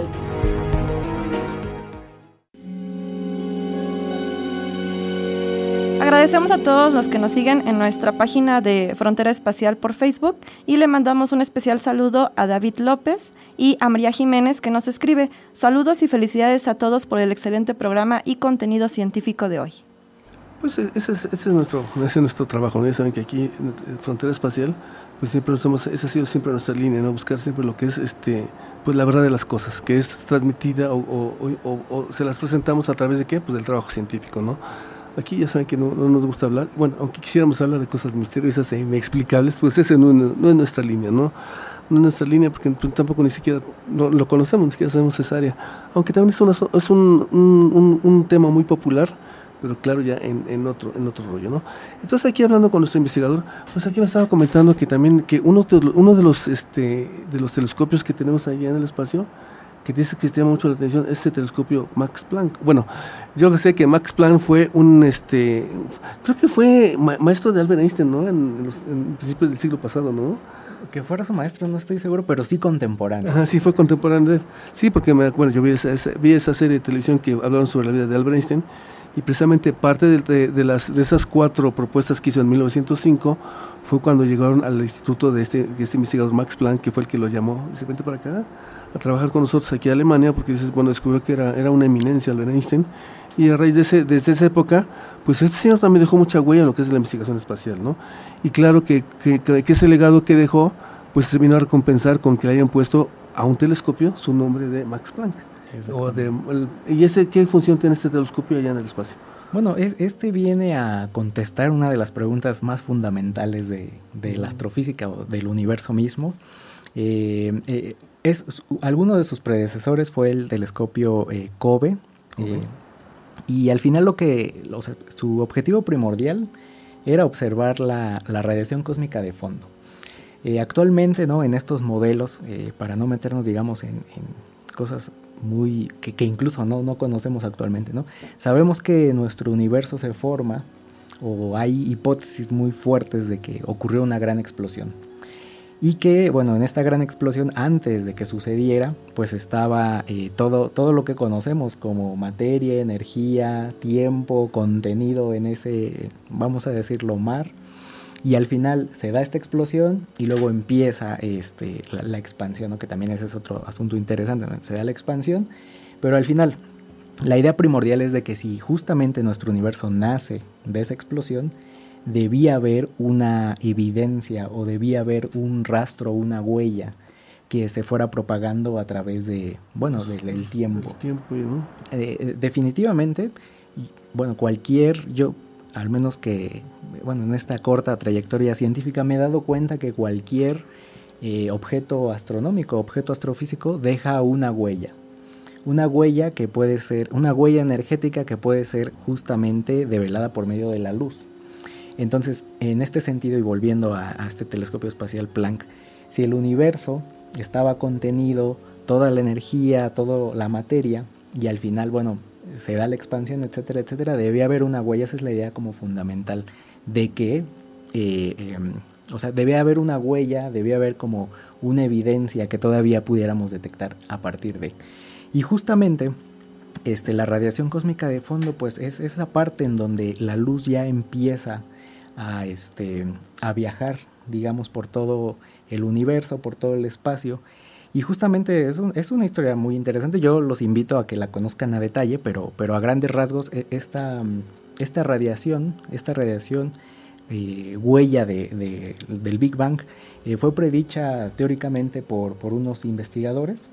Agradecemos a todos los que nos siguen en nuestra página de Frontera Espacial por Facebook, y le mandamos un especial saludo a David López y a María Jiménez, que nos escribe: saludos y felicidades a todos por el excelente programa y contenido científico de hoy. Pues ese es, ese es, nuestro, ese es nuestro trabajo, ¿no? Ya saben que aquí en Frontera Espacial, pues siempre somos, esa ha sido siempre nuestra línea, ¿no? Buscar siempre lo que es, este, pues la verdad de las cosas, que es transmitida o, o, o, o se las presentamos a través de ¿qué? Pues del trabajo científico, ¿no? Aquí ya saben que no, no nos gusta hablar, bueno, aunque quisiéramos hablar de cosas misteriosas e inexplicables, pues ese no, no es nuestra línea, ¿no? No es nuestra línea, porque pues, tampoco ni siquiera no, lo conocemos, ni siquiera sabemos esa área, aunque también es, una, es un, un, un, un tema muy popular, pero claro, ya en, en otro en otro rollo, ¿no? Entonces aquí hablando con nuestro investigador, pues aquí me estaba comentando que también que uno de, uno de los este de los telescopios que tenemos allá en el espacio, que dice que te llama mucho la atención, este telescopio Max Planck. Bueno, yo sé que Max Planck fue un, este, creo que fue ma- maestro de Albert Einstein, ¿no? En, en los en principios del siglo pasado, ¿no? Que fuera su maestro, no estoy seguro, pero sí contemporáneo. Ajá, sí, fue contemporáneo de él. Sí, porque, me, bueno, yo vi esa, esa, vi esa serie de televisión que hablaron sobre la vida de Albert Einstein, y precisamente parte de, de, de, las, de esas cuatro propuestas que hizo en mil novecientos cinco fue cuando llegaron al instituto de este, de este investigador Max Planck, que fue el que lo llamó, dice, vente para acá a trabajar con nosotros aquí a Alemania, porque dices, bueno, descubrió que era, era una eminencia Albert Einstein, y a raíz de ese, desde esa época, pues este señor también dejó mucha huella en lo que es la investigación espacial, ¿no? Y claro que, que, que ese legado que dejó, pues se vino a recompensar con que le hayan puesto a un telescopio su nombre de Max Planck. O de, el, ¿Y ese qué función tiene este telescopio allá en el espacio? Bueno, es, este viene a contestar una de las preguntas más fundamentales de, de la astrofísica o del universo mismo. Eh, eh, es, alguno de sus predecesores fue el telescopio eh, COBE, okay. eh, y al final lo que, o sea, su objetivo primordial era observar la, la radiación cósmica de fondo. Eh, actualmente, ¿no? En estos modelos, eh, para no meternos, digamos, en, en cosas muy que, que incluso no, no conocemos actualmente, ¿no? Sabemos que nuestro universo se forma, o hay hipótesis muy fuertes de que ocurrió una gran explosión. y que, bueno, en esta gran explosión, antes de que sucediera, pues estaba eh, todo, todo lo que conocemos como materia, energía, tiempo, contenido en ese, vamos a decirlo, mar. Y al final se da esta explosión y luego empieza este, la, la expansión, ¿no? Que también ese es otro asunto interesante, ¿no? Se da la expansión, pero al final la idea primordial es de que si justamente nuestro universo nace de esa explosión, debía haber una evidencia o debía haber un rastro, una huella que se fuera propagando a través de, bueno, del, del tiempo. El tiempo, ¿no? Eh, definitivamente, bueno, cualquier, yo al menos que, bueno, en esta corta trayectoria científica me he dado cuenta que cualquier eh, objeto astronómico, objeto astrofísico deja una huella. Una huella que puede ser, una huella energética que puede ser justamente develada por medio de la luz. Entonces, en este sentido, y volviendo a, a este telescopio espacial Planck, si el universo estaba contenido, toda la energía, toda la materia, y al final, bueno, se da la expansión, etcétera, etcétera, debe haber una huella. Esa es la idea como fundamental, de que, eh, eh, o sea, debe haber una huella, debe haber como una evidencia que todavía pudiéramos detectar a partir de. Y justamente, este, la radiación cósmica de fondo, pues es esa parte en donde la luz ya empieza a, este, a viajar, digamos, por todo el universo, por todo el espacio. Y justamente es, un, es una historia muy interesante. Yo los invito a que la conozcan a detalle, pero, pero a grandes rasgos, esta, esta radiación, esta radiación eh, huella de, de, del Big Bang eh, fue predicha teóricamente por, por unos investigadores.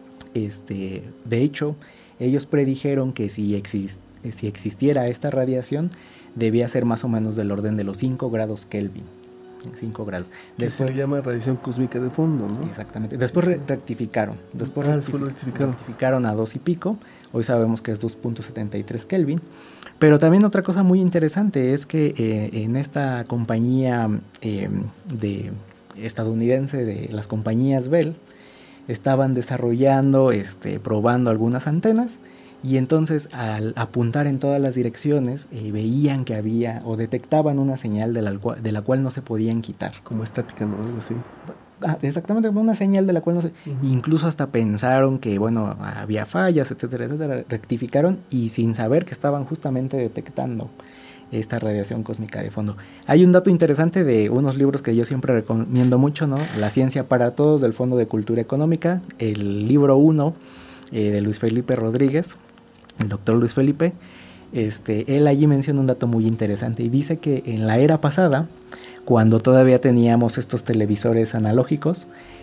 Este, de hecho, ellos predijeron que si, exist, si existiera esta radiación, debía ser más o menos del orden de los cinco grados Kelvin. cinco grados. Después se le llama radiación cósmica de fondo, ¿no? Exactamente. Después re rectificaron. Después ah, rectific rectificaron. rectificaron a dos y pico. Hoy sabemos que es dos punto setenta y tres Kelvin. Pero también otra cosa muy interesante es que eh, en esta compañía eh, de estadounidense de las compañías Bell estaban desarrollando, este, probando algunas antenas. Y entonces al apuntar en todas las direcciones eh, veían que había o detectaban una señal de la, de la cual no se podían quitar. Como estática, ¿no? Algo así. Ah, exactamente, como una señal de la cual no se... Uh-huh. Incluso hasta pensaron que, bueno, había fallas, etcétera, etcétera. Rectificaron y sin saber que estaban justamente detectando esta radiación cósmica de fondo. Hay un dato interesante de unos libros que yo siempre recomiendo mucho, ¿no? La ciencia para todos, del Fondo de Cultura Económica, el libro uno eh, de Luis Felipe Rodríguez, el doctor Luis Felipe. Este, él allí menciona un dato muy interesante y dice que en la era pasada, cuando todavía teníamos estos televisores analógicos,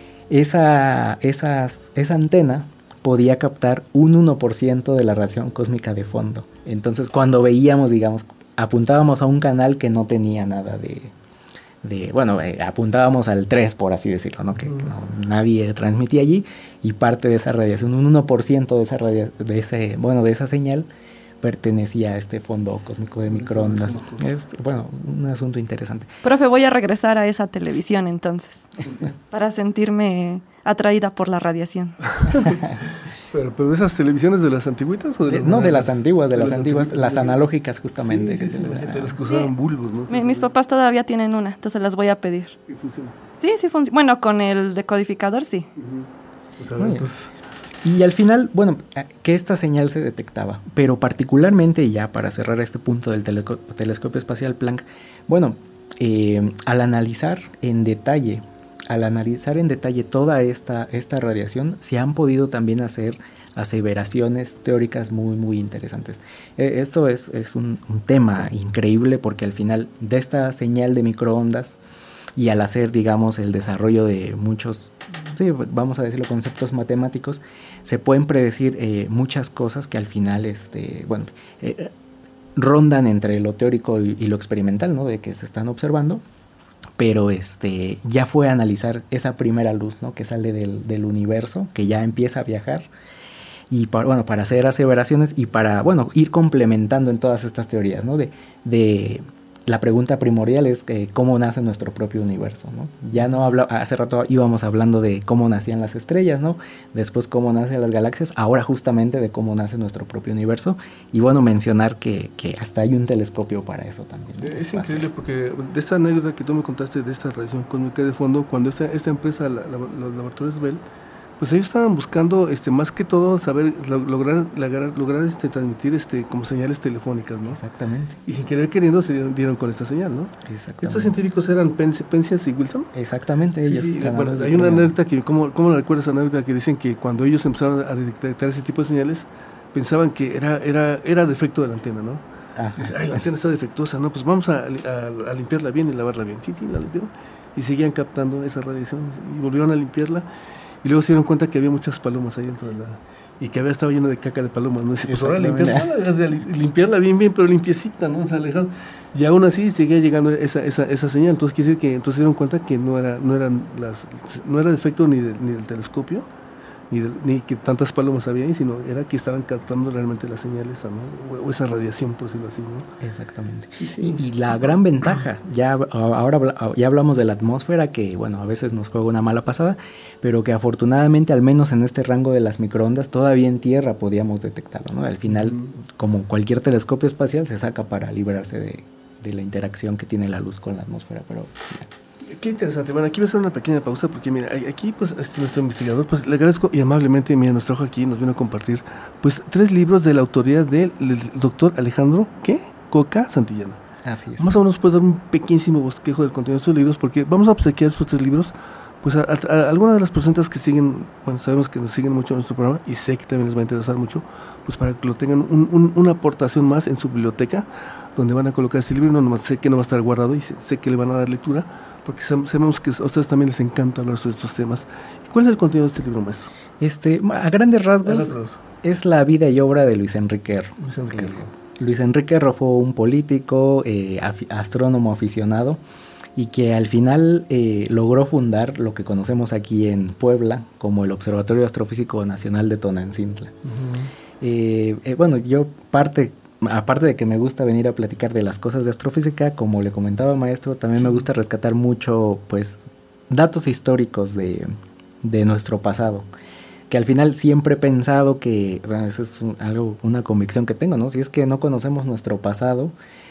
esa, esas, esa antena podía captar un uno por ciento de la radiación cósmica de fondo. Entonces, cuando veíamos, digamos, apuntábamos a un canal que no tenía nada de... de bueno, eh, apuntábamos al tres, por así decirlo, ¿no? Que, que no, nadie transmitía allí, y parte de esa radiación, un uno por ciento de esa radia, de ese, bueno, de esa señal pertenecía a este fondo cósmico de microondas. Es, bueno, un asunto interesante. Profe, voy a regresar a esa televisión entonces, para sentirme atraída por la radiación. Pero, pero de esas televisiones de las antiguitas o de, de las no nuevas? de las antiguas, de, de las, las antiguas, antiguas, las analógicas justamente. Sí, sí, que sí, se sí, les, de las que usaban sí. bulbos, ¿no? Mi, mis papás todavía tienen una, entonces las voy a pedir. ¿Y funciona? Sí, sí funciona. Bueno, con el decodificador sí. Uh-huh. O sea, entonces... Y al final, bueno, que esta señal se detectaba, pero particularmente, ya para cerrar este punto del teleco- telescopio espacial Planck, bueno, eh, al analizar en detalle, al analizar en detalle toda esta, esta radiación, se han podido también hacer aseveraciones teóricas muy, muy interesantes. Eh, esto es, es un, un tema increíble porque al final de esta señal de microondas, y al hacer, digamos, el desarrollo de muchos, sí, vamos a decirlo, conceptos matemáticos, se pueden predecir eh, muchas cosas que al final, este, bueno, eh, rondan entre lo teórico y, y lo experimental, ¿no? De que se están observando, pero este, ya fue a analizar esa primera luz, ¿no? Que sale del, del universo, que ya empieza a viajar, y para, bueno, para hacer aseveraciones y para, bueno, ir complementando en todas estas teorías, ¿no? De... de la pregunta primordial es eh, cómo nace nuestro propio universo, ¿no? Ya no habla, hace rato íbamos hablando de cómo nacían las estrellas, ¿no? Después cómo nacen las galaxias, ahora justamente de cómo nace nuestro propio universo. Y bueno, mencionar que, que hasta hay un telescopio para eso también, ¿no? Es increíble porque de esta anécdota que tú me contaste de esta radiación cósmica de fondo, cuando esta, esta empresa, la, la, los laboratorios Bell, pues ellos estaban buscando, este, más que todo, saber, lo, lograr, lograr, lograr este, transmitir este, como señales telefónicas, ¿no? Exactamente. Y sin querer queriendo se dieron, dieron con esta señal, ¿no? Exactamente. ¿Estos científicos eran Penzias y Wilson? Exactamente, Sí, ellos. sí, bueno, hay una anécdota que, ¿cómo, ¿cómo la recuerdas? Una anécdota que dicen que cuando ellos empezaron a detectar ese tipo de señales, pensaban que era, era, era defecto de la antena, ¿no? Dice, ay, la antena está defectuosa, ¿no? Pues vamos a, a, a limpiarla bien y lavarla bien. Sí, sí, la limpiaron. Y seguían captando esa radiación y volvieron a limpiarla. Y luego se dieron cuenta que había muchas palomas ahí dentro de la... Y que había estado lleno de caca de palomas, ¿no? Dice, pues ahora limpiarla, limpiarla bien, bien, pero limpiecita, ¿no? O sea, alejaron. Y aún así seguía llegando esa, esa, esa señal. Entonces quiere decir que entonces se dieron cuenta que no era, no eran las, no era defecto ni, de, ni del telescopio, ni, de, ni que tantas palomas había ahí, sino era que estaban captando realmente las señales, ¿no? O, o esa radiación, por decirlo así, ¿no? Exactamente. Sí, sí. Y, y la gran ventaja, ya ahora ya hablamos de la atmósfera, que bueno, a veces nos juega una mala pasada, pero que afortunadamente, al menos en este rango de las microondas, todavía en tierra podíamos detectarlo, ¿no? Al final, mm. como cualquier telescopio espacial, se saca para librarse de, de la interacción que tiene la luz con la atmósfera, pero... Ya. Qué interesante. Bueno, aquí voy a hacer una pequeña pausa porque mira, aquí pues este, nuestro investigador, pues le agradezco y amablemente, mira, nos trajo aquí, nos vino a compartir pues tres libros de la autoría del, del doctor Alejandro, ¿qué? Coca Santillana. Así es. Más o menos puedes dar un pequeñísimo bosquejo del contenido de estos libros porque vamos a obsequiar estos tres libros pues a, a, a algunas de las personas que siguen, bueno, sabemos que nos siguen mucho en nuestro programa y sé que también les va a interesar mucho, pues para que lo tengan un, un, una aportación más en su biblioteca donde van a colocar este libro. No, nomás sé que no va a estar guardado y sé, sé que le van a dar lectura porque sabemos que a ustedes también les encanta hablar sobre estos temas. ¿Y cuál es el contenido de este libro, maestro? Este, a grandes rasgos, a es la vida y obra de Luis Enrique Erro. Luis Enrique Erro. Eh, Luis Enrique Erro fue un político, eh, af- astrónomo aficionado, y que al final eh, logró fundar lo que conocemos aquí en Puebla como el Observatorio Astrofísico Nacional de Tonantzintla. Uh-huh. Eh, eh, bueno, yo parte... Aparte de que me gusta venir a platicar de las cosas de astrofísica, como le comentaba el maestro, también sí. me gusta rescatar mucho, pues, datos históricos de, de nuestro pasado. Que al final siempre he pensado que, bueno, eso es un, algo, una convicción que tengo, ¿no? Si es que no conocemos nuestro pasado,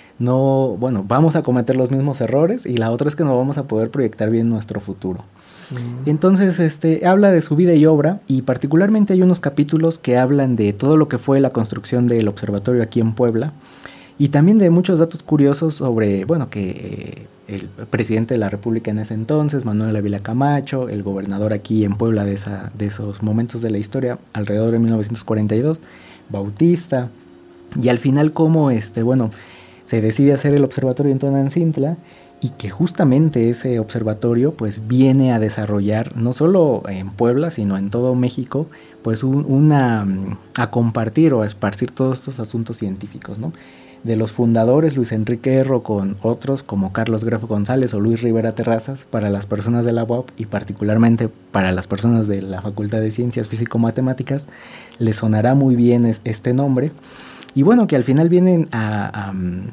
no, bueno, vamos a cometer los mismos errores, y la otra es que no vamos a poder proyectar bien nuestro futuro. Sí. Entonces, este, habla de su vida y obra, y particularmente hay unos capítulos que hablan de todo lo que fue la construcción del observatorio aquí en Puebla, y también de muchos datos curiosos sobre, bueno, que eh, el presidente de la República en ese entonces, Manuel Ávila Camacho, el gobernador aquí en Puebla de, esa, de esos momentos de la historia, alrededor de mil novecientos cuarenta y dos, Bautista, y al final cómo, este, bueno, se decide hacer el observatorio en Tonantzintla, y que justamente ese observatorio pues viene a desarrollar, no solo en Puebla, sino en todo México, pues un, una, a compartir o a esparcir todos estos asuntos científicos, ¿no? De los fundadores, Luis Enrique Erro, con otros como Carlos Grefo González o Luis Rivera Terrazas, para las personas de la U A P y particularmente para las personas de la Facultad de Ciencias Físico-Matemáticas, les sonará muy bien es, este nombre. Y bueno, que al final vienen a... a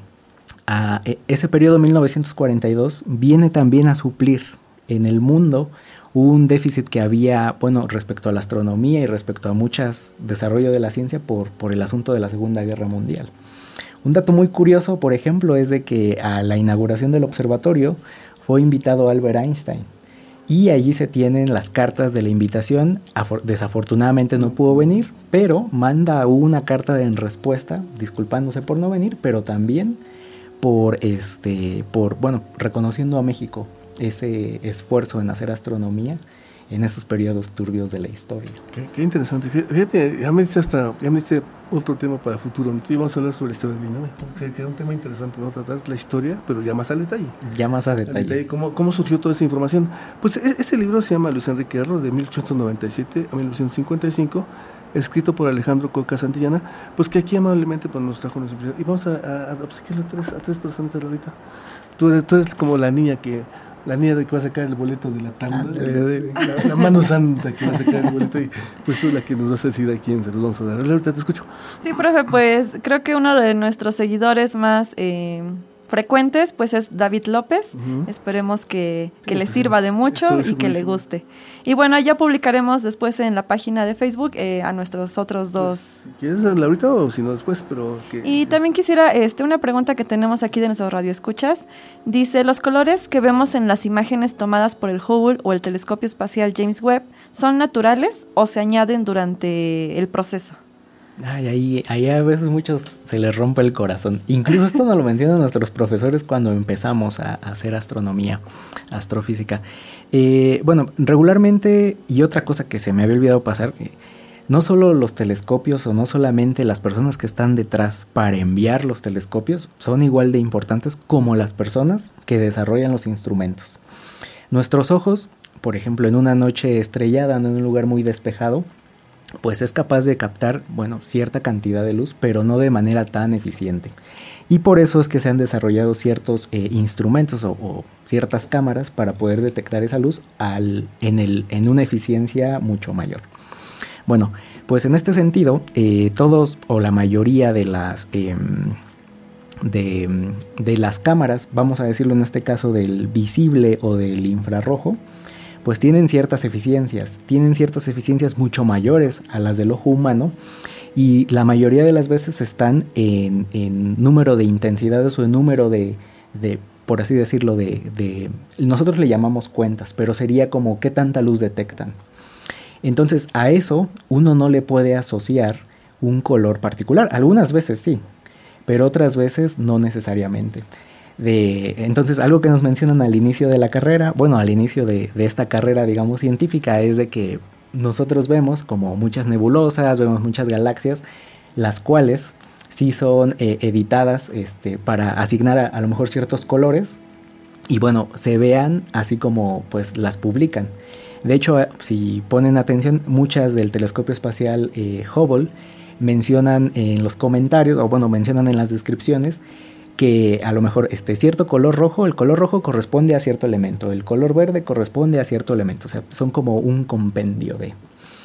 A ese periodo mil novecientos cuarenta y dos viene también a suplir en el mundo un déficit que había, bueno, respecto a la astronomía y respecto a muchos desarrollo de la ciencia por, por el asunto de la Segunda Guerra Mundial. Un dato muy curioso, por ejemplo, es de que a la inauguración del observatorio fue invitado Albert Einstein, y allí se tienen las cartas de la invitación. Afor- desafortunadamente no pudo venir, pero manda una carta en respuesta disculpándose por no venir, pero también por este por bueno reconociendo a México ese esfuerzo en hacer astronomía en esos periodos turbios de la historia. Qué, qué interesante. Fíjate, ya me dice hasta ya me dice otro tema para el futuro. Tú vamos a hablar sobre la historia del dinero. Que era un tema interesante, ¿no? Tratar la historia, pero ya más al detalle. Ya más a detalle. detalle ¿Cómo, ¿Cómo surgió toda esa información? Pues este libro se llama Luis Enrique Erro, de mil ochocientos noventa y siete a mil novecientos cincuenta y cinco, escrito por Alejandro Coca Santillana, pues que aquí amablemente pues, nos trajo nuestra y vamos a, a, a obsequiarle a tres, a tres personas ahorita. Tú eres, tú eres como la niña que la niña de que va a sacar el boleto de la tanda, ah, de, de, de, la, la mano santa que va a sacar el boleto, y pues tú la que nos vas a decir a quién se los vamos a dar. Ahorita te escucho. Sí, profe, pues creo que uno de nuestros seguidores más eh, frecuentes, pues es David López. Uh-huh. Esperemos que, que le sirva de mucho y que le guste. Y bueno, ya publicaremos después en la página de Facebook eh, a nuestros otros dos. Pues, ¿quieres hablar ahorita o si no después? Pero que, y también quisiera, este, una pregunta que tenemos aquí de nuestros radioescuchas. Dice, ¿los colores que vemos en las imágenes tomadas por el Hubble o el telescopio espacial James Webb son naturales o se añaden durante el proceso? Ay, ahí, ahí a veces muchos se les rompe el corazón. Incluso esto nos lo mencionan nuestros profesores cuando empezamos a, a hacer astronomía, astrofísica. Eh, bueno, regularmente, y otra cosa que se me había olvidado pasar, eh, no solo los telescopios o no solamente las personas que están detrás para enviar los telescopios son igual de importantes como las personas que desarrollan los instrumentos. Nuestros ojos, por ejemplo, en una noche estrellada, en un lugar muy despejado, pues es capaz de captar, bueno, cierta cantidad de luz, pero no de manera tan eficiente. Y por eso es que se han desarrollado ciertos eh, instrumentos o, o ciertas cámaras para poder detectar esa luz al, en, el, en una eficiencia mucho mayor. Bueno, pues en este sentido, eh, todos o la mayoría de las, eh, de, de las cámaras, vamos a decirlo en este caso del visible o del infrarrojo, pues tienen ciertas eficiencias, tienen ciertas eficiencias mucho mayores a las del ojo humano y la mayoría de las veces están en, en número de intensidades o en número de, de por así decirlo, de, de, nosotros le llamamos cuentas, pero sería como qué tanta luz detectan. Entonces a eso uno no le puede asociar un color particular, algunas veces sí, pero otras veces no necesariamente. De, entonces algo que nos mencionan al inicio de la carrera, bueno al inicio de, de esta carrera digamos científica es de que nosotros vemos como muchas nebulosas, vemos muchas galaxias, las cuales sí son eh, editadas este, para asignar a, a lo mejor ciertos colores y bueno, se vean así como pues las publican. De hecho, si ponen atención, muchas del telescopio espacial eh, Hubble mencionan en los comentarios o bueno, mencionan en las descripciones que a lo mejor este cierto color rojo, el color rojo corresponde a cierto elemento, el color verde corresponde a cierto elemento, o sea, son como un compendio de...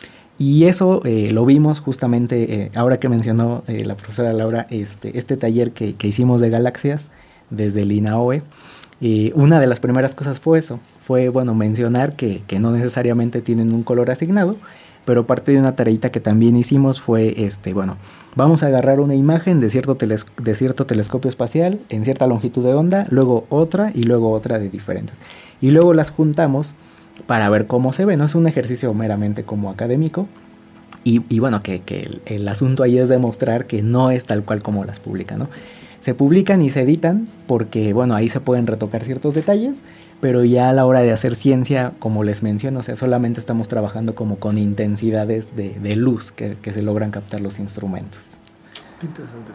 Y eso eh, lo vimos justamente, eh, ahora que mencionó eh, la profesora Laura, este, este taller que, que hicimos de galaxias desde el INAOE, eh, una de las primeras cosas fue eso, fue bueno mencionar que, que no necesariamente tienen un color asignado, pero parte de una tareita que también hicimos fue, este, bueno, vamos a agarrar una imagen de cierto, teles- de cierto telescopio espacial en cierta longitud de onda, luego otra y luego otra de diferentes. Y luego las juntamos para ver cómo se ve, no es un ejercicio meramente como académico. Y, y bueno, que, que el, el asunto ahí es demostrar que no es tal cual como las publican, ¿no? Se publican y se editan porque, bueno, ahí se pueden retocar ciertos detalles, pero ya a la hora de hacer ciencia, como les menciono, o sea, solamente estamos trabajando como con intensidades de, de luz que, que se logran captar los instrumentos. Qué interesante.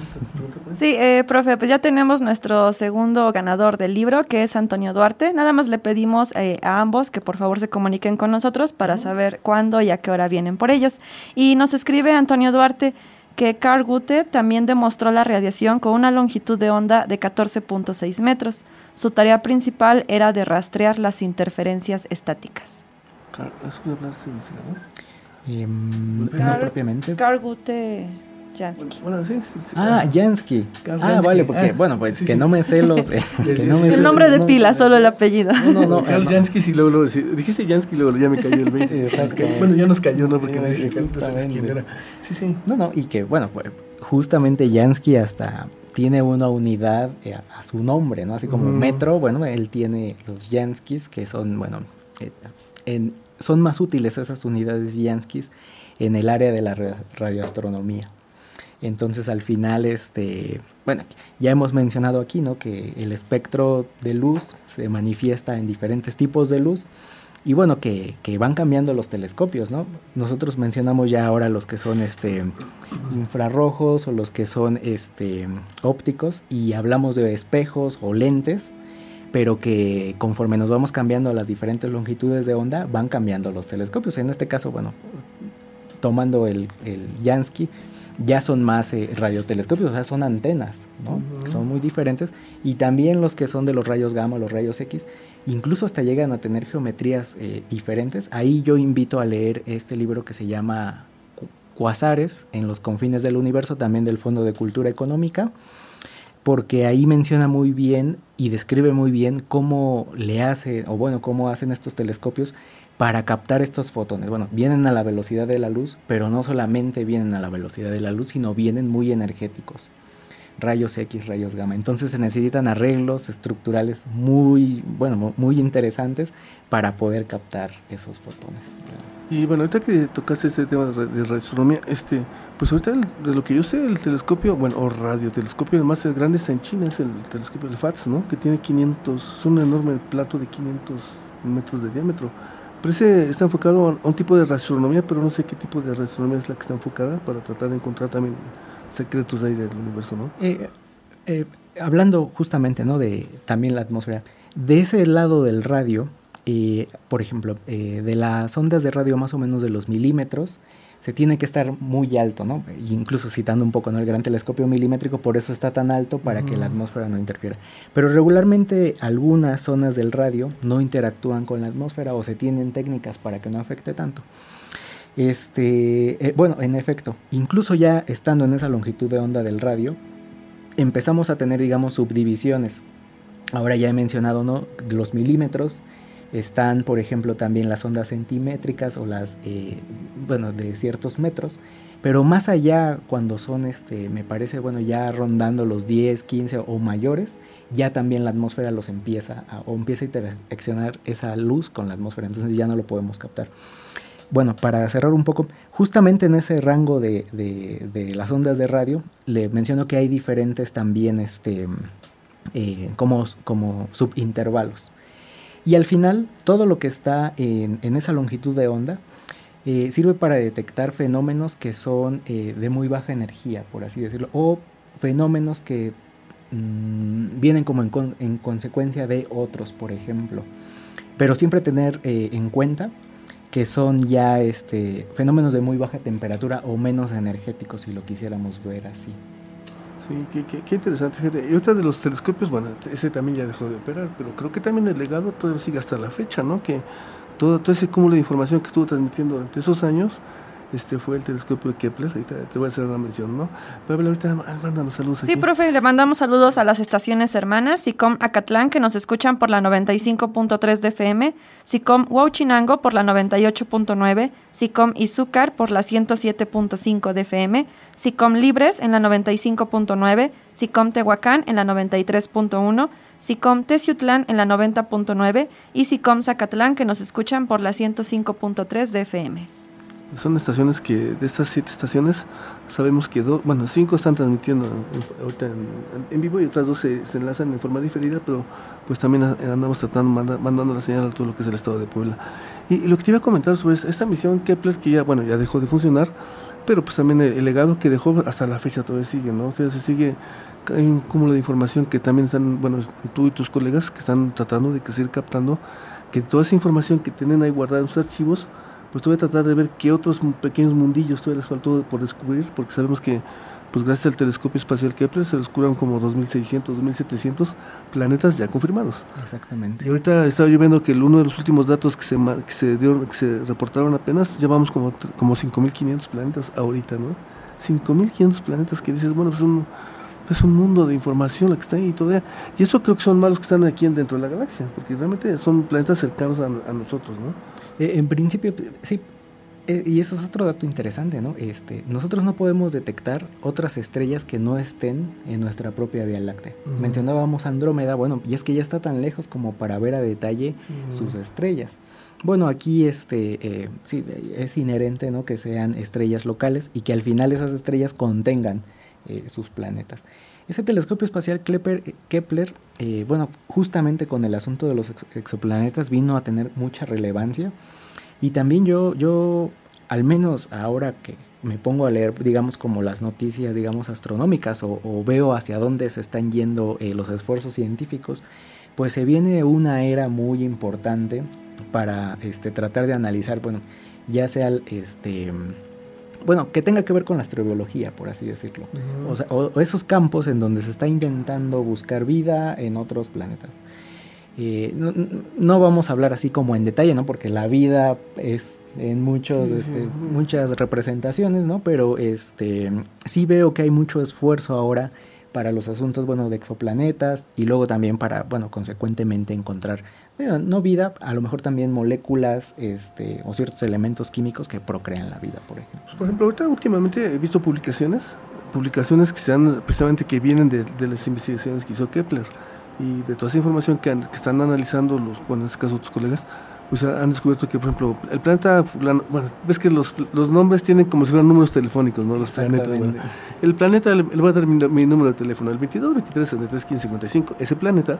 Sí, eh, profe, pues ya tenemos nuestro segundo ganador del libro, que es Antonio Duarte. Nada más le pedimos eh, a ambos que por favor se comuniquen con nosotros para saber cuándo y a qué hora vienen por ellos. Y nos escribe Antonio Duarte que Carl Gutte también demostró la radiación con una longitud de onda de catorce punto seis metros. Su tarea principal era de rastrear las interferencias estáticas. ¿Has oído hablar de investigador? Eh, no Carl, propiamente. Carl Gutte Jansky. Bueno, bueno, sí, sí, sí. Ah, Jansky. Carl Ah, Jansky. vale, porque, Ah, bueno, pues sí, que sí. no me sé los... Eh, que no me sé El nombre de no, pila, solo el apellido. No, no, no. Carl no. Jansky, sí, luego, luego, sí, dijiste Jansky, luego ya me cayó el veinte. Exactamente. Bueno, ya nos cayó, ¿no? Sí, Porque me dije, Carl, no sabes quién era. Sí, sí. No, no, y que, bueno, pues justamente Jansky hasta tiene una unidad eh, a, a su nombre, ¿no? Así como Uh-huh. metro, bueno, él tiene los Janskys, que son, bueno, eh, en, son más útiles esas unidades Janskys en el área de la ra- radioastronomía. Entonces, al final, este, bueno, ya hemos mencionado aquí, ¿no? Que el espectro de luz se manifiesta en diferentes tipos de luz y, bueno, que, que van cambiando los telescopios, ¿no? Nosotros mencionamos ya ahora los que son, este, infrarrojos o los que son, este, ópticos y hablamos de espejos o lentes, pero que conforme nos vamos cambiando a las diferentes longitudes de onda, van cambiando los telescopios. En este caso, bueno, tomando el, el Jansky, ya son más eh, radiotelescopios, o sea, son antenas, ¿no? Uh-huh. Son muy diferentes. Y también los que son de los rayos gamma, los rayos X, incluso hasta llegan a tener geometrías eh, diferentes. Ahí yo invito a leer este libro que se llama Cuasares en los confines del universo, también del Fondo de Cultura Económica. porque ahí menciona muy bien y describe muy bien cómo le hace, o bueno, cómo hacen estos telescopios para captar estos fotones. Bueno, vienen a la velocidad de la luz, pero no solamente vienen a la velocidad de la luz, sino vienen muy energéticos. Rayos X, rayos gamma. Entonces se necesitan arreglos estructurales muy, bueno, muy interesantes para poder captar esos fotones. Y bueno, ahorita que tocaste este tema de, de radioastronomía, este, pues ahorita el, de lo que yo sé, el telescopio, bueno, o radiotelescopio, el más grande está en China, es el telescopio del F A T S, ¿no? Que tiene quinientos, es un enorme plato de quinientos metros de diámetro. Pero ese está enfocado a un tipo de radioastronomía, pero no sé qué tipo de radioastronomía es la que está enfocada para tratar de encontrar también secretos ahí del universo, ¿no? Eh, eh, hablando justamente, ¿no? De también la atmósfera, de ese lado del radio, eh, por ejemplo, eh, de las ondas de radio más o menos de los milímetros, se tiene que estar muy alto, ¿no? Incluso citando un poco, ¿no? El gran telescopio milimétrico, por eso está tan alto, para uh-huh. que la atmósfera no interfiera. Pero regularmente algunas zonas del radio no interactúan con la atmósfera o se tienen técnicas para que no afecte tanto. Este, eh, bueno, en efecto, incluso ya estando en esa longitud de onda del radio, empezamos a tener, digamos, subdivisiones. Ahora ya he mencionado, ¿no? De los milímetros están, por ejemplo, también las ondas centimétricas o las, eh, bueno, de ciertos metros. Pero más allá, cuando son, este, me parece, bueno, ya rondando los diez, quince o mayores, ya también la atmósfera los empieza a, o empieza a interaccionar esa luz con la atmósfera. Entonces ya no lo podemos captar. Bueno, para cerrar un poco, justamente en ese rango de, de, de las ondas de radio, le menciono que hay diferentes también este, eh, como, como subintervalos. Y al final, todo lo que está en, en esa longitud de onda eh, sirve para detectar fenómenos que son eh, de muy baja energía, por así decirlo, o fenómenos que mmm, vienen como en, con, en consecuencia de otros, por ejemplo. Pero siempre tener eh, en cuenta que son ya este, fenómenos de muy baja temperatura o menos energéticos, si lo quisiéramos ver así. Sí, qué, qué, qué interesante, gente. Y otra de los telescopios, bueno, ese también ya dejó de operar, pero creo que también el legado todavía sigue hasta la fecha, ¿no? Que todo, todo ese cúmulo de información que estuvo transmitiendo durante esos años, este fue el telescopio de Kepler. Ahorita te voy a hacer una mención, ¿no? Pablo, ahorita mándanos saludos aquí. Sí, profe, le mandamos saludos a las estaciones hermanas, SICOM Acatlán, que nos escuchan por la noventa y cinco punto tres de F M, SICOM Huauchinango por la noventa y ocho punto nueve, SICOM Izúcar por la ciento siete punto cinco de F M, SICOM Libres en la noventa y cinco punto nueve, SICOM Tehuacán en la noventa y tres punto uno, SICOM Teciutlán en la noventa punto nueve y SICOM Zacatlán, que nos escuchan por la ciento cinco punto tres de F M. Son estaciones que, de estas siete estaciones, sabemos que dos, bueno, cinco están transmitiendo ahorita en, en vivo y otras dos se, se enlazan en forma diferida, pero pues también andamos tratando, manda, mandando la señal a todo lo que es el estado de Puebla. Y, y lo que te iba a comentar sobre esta misión Kepler, que ya, bueno, ya dejó de funcionar, pero pues también el, el legado que dejó hasta la fecha todavía sigue, ¿no? O sea, se sigue, hay un cúmulo de información que también están, bueno, tú y tus colegas que están tratando de seguir captando, que toda esa información que tienen ahí guardada en sus archivos, pues tú voy a tratar de ver qué otros pequeños mundillos todavía les faltó por descubrir, porque sabemos que pues gracias al telescopio espacial Kepler se descubren como dos mil seiscientos, dos mil setecientos planetas ya confirmados. Exactamente. Y ahorita estaba yo viendo que el, uno de los últimos datos que se, que se dieron, que se reportaron apenas, ya vamos como, como cinco mil quinientos planetas ahorita, ¿no? cinco mil quinientos planetas que dices, bueno, pues un, es un mundo de información la que está ahí todavía. Y eso creo que son malos que están aquí dentro de la galaxia, porque realmente son planetas cercanos a, a nosotros, ¿no? Eh, en principio, sí, eh, y eso es otro dato interesante, ¿no? Este, nosotros no podemos detectar otras estrellas que no estén en nuestra propia Vía Láctea. Uh-huh. Mencionábamos Andrómeda, bueno, y es que ya está tan lejos como para ver a detalle sí. sus estrellas. Bueno, aquí este, eh, sí, es inherente, ¿no? Que sean estrellas locales y que al final esas estrellas contengan eh, sus planetas. Ese telescopio espacial Kepler, Kepler eh, bueno, justamente con el asunto de los ex- exoplanetas vino a tener mucha relevancia y también yo, yo, al menos ahora que me pongo a leer, digamos, como las noticias, digamos, astronómicas o, o veo hacia dónde se están yendo eh, los esfuerzos científicos, pues se viene una era muy importante para este, tratar de analizar, bueno, ya sea este... bueno, que tenga que ver con la astrobiología, por así decirlo. Uh-huh. O sea, o, o esos campos en donde se está intentando buscar vida en otros planetas. Eh, no, no vamos a hablar así como en detalle, ¿no? Porque la vida es en muchos, sí, este, sí. muchas representaciones, ¿no? Pero este, sí veo que hay mucho esfuerzo ahora para los asuntos, bueno, de exoplanetas y luego también para, bueno, consecuentemente encontrar, bueno, no vida, a lo mejor también moléculas este, o ciertos elementos químicos que procrean la vida, por ejemplo. Pues, por ejemplo, ahorita últimamente he visto publicaciones, publicaciones que sean precisamente que vienen de, de las investigaciones que hizo Kepler y de toda esa información que, han, que están analizando los, bueno, en este caso tus colegas, pues han descubierto que, por ejemplo, el planeta fulano, bueno, ves que los, los nombres tienen como si fueran números telefónicos, ¿no? Los planetas, bueno. El planeta le, le va a dar mi, mi número de teléfono, el veintidós, veintitrés, setenta y tres, quince, cincuenta y cinco. Ese planeta,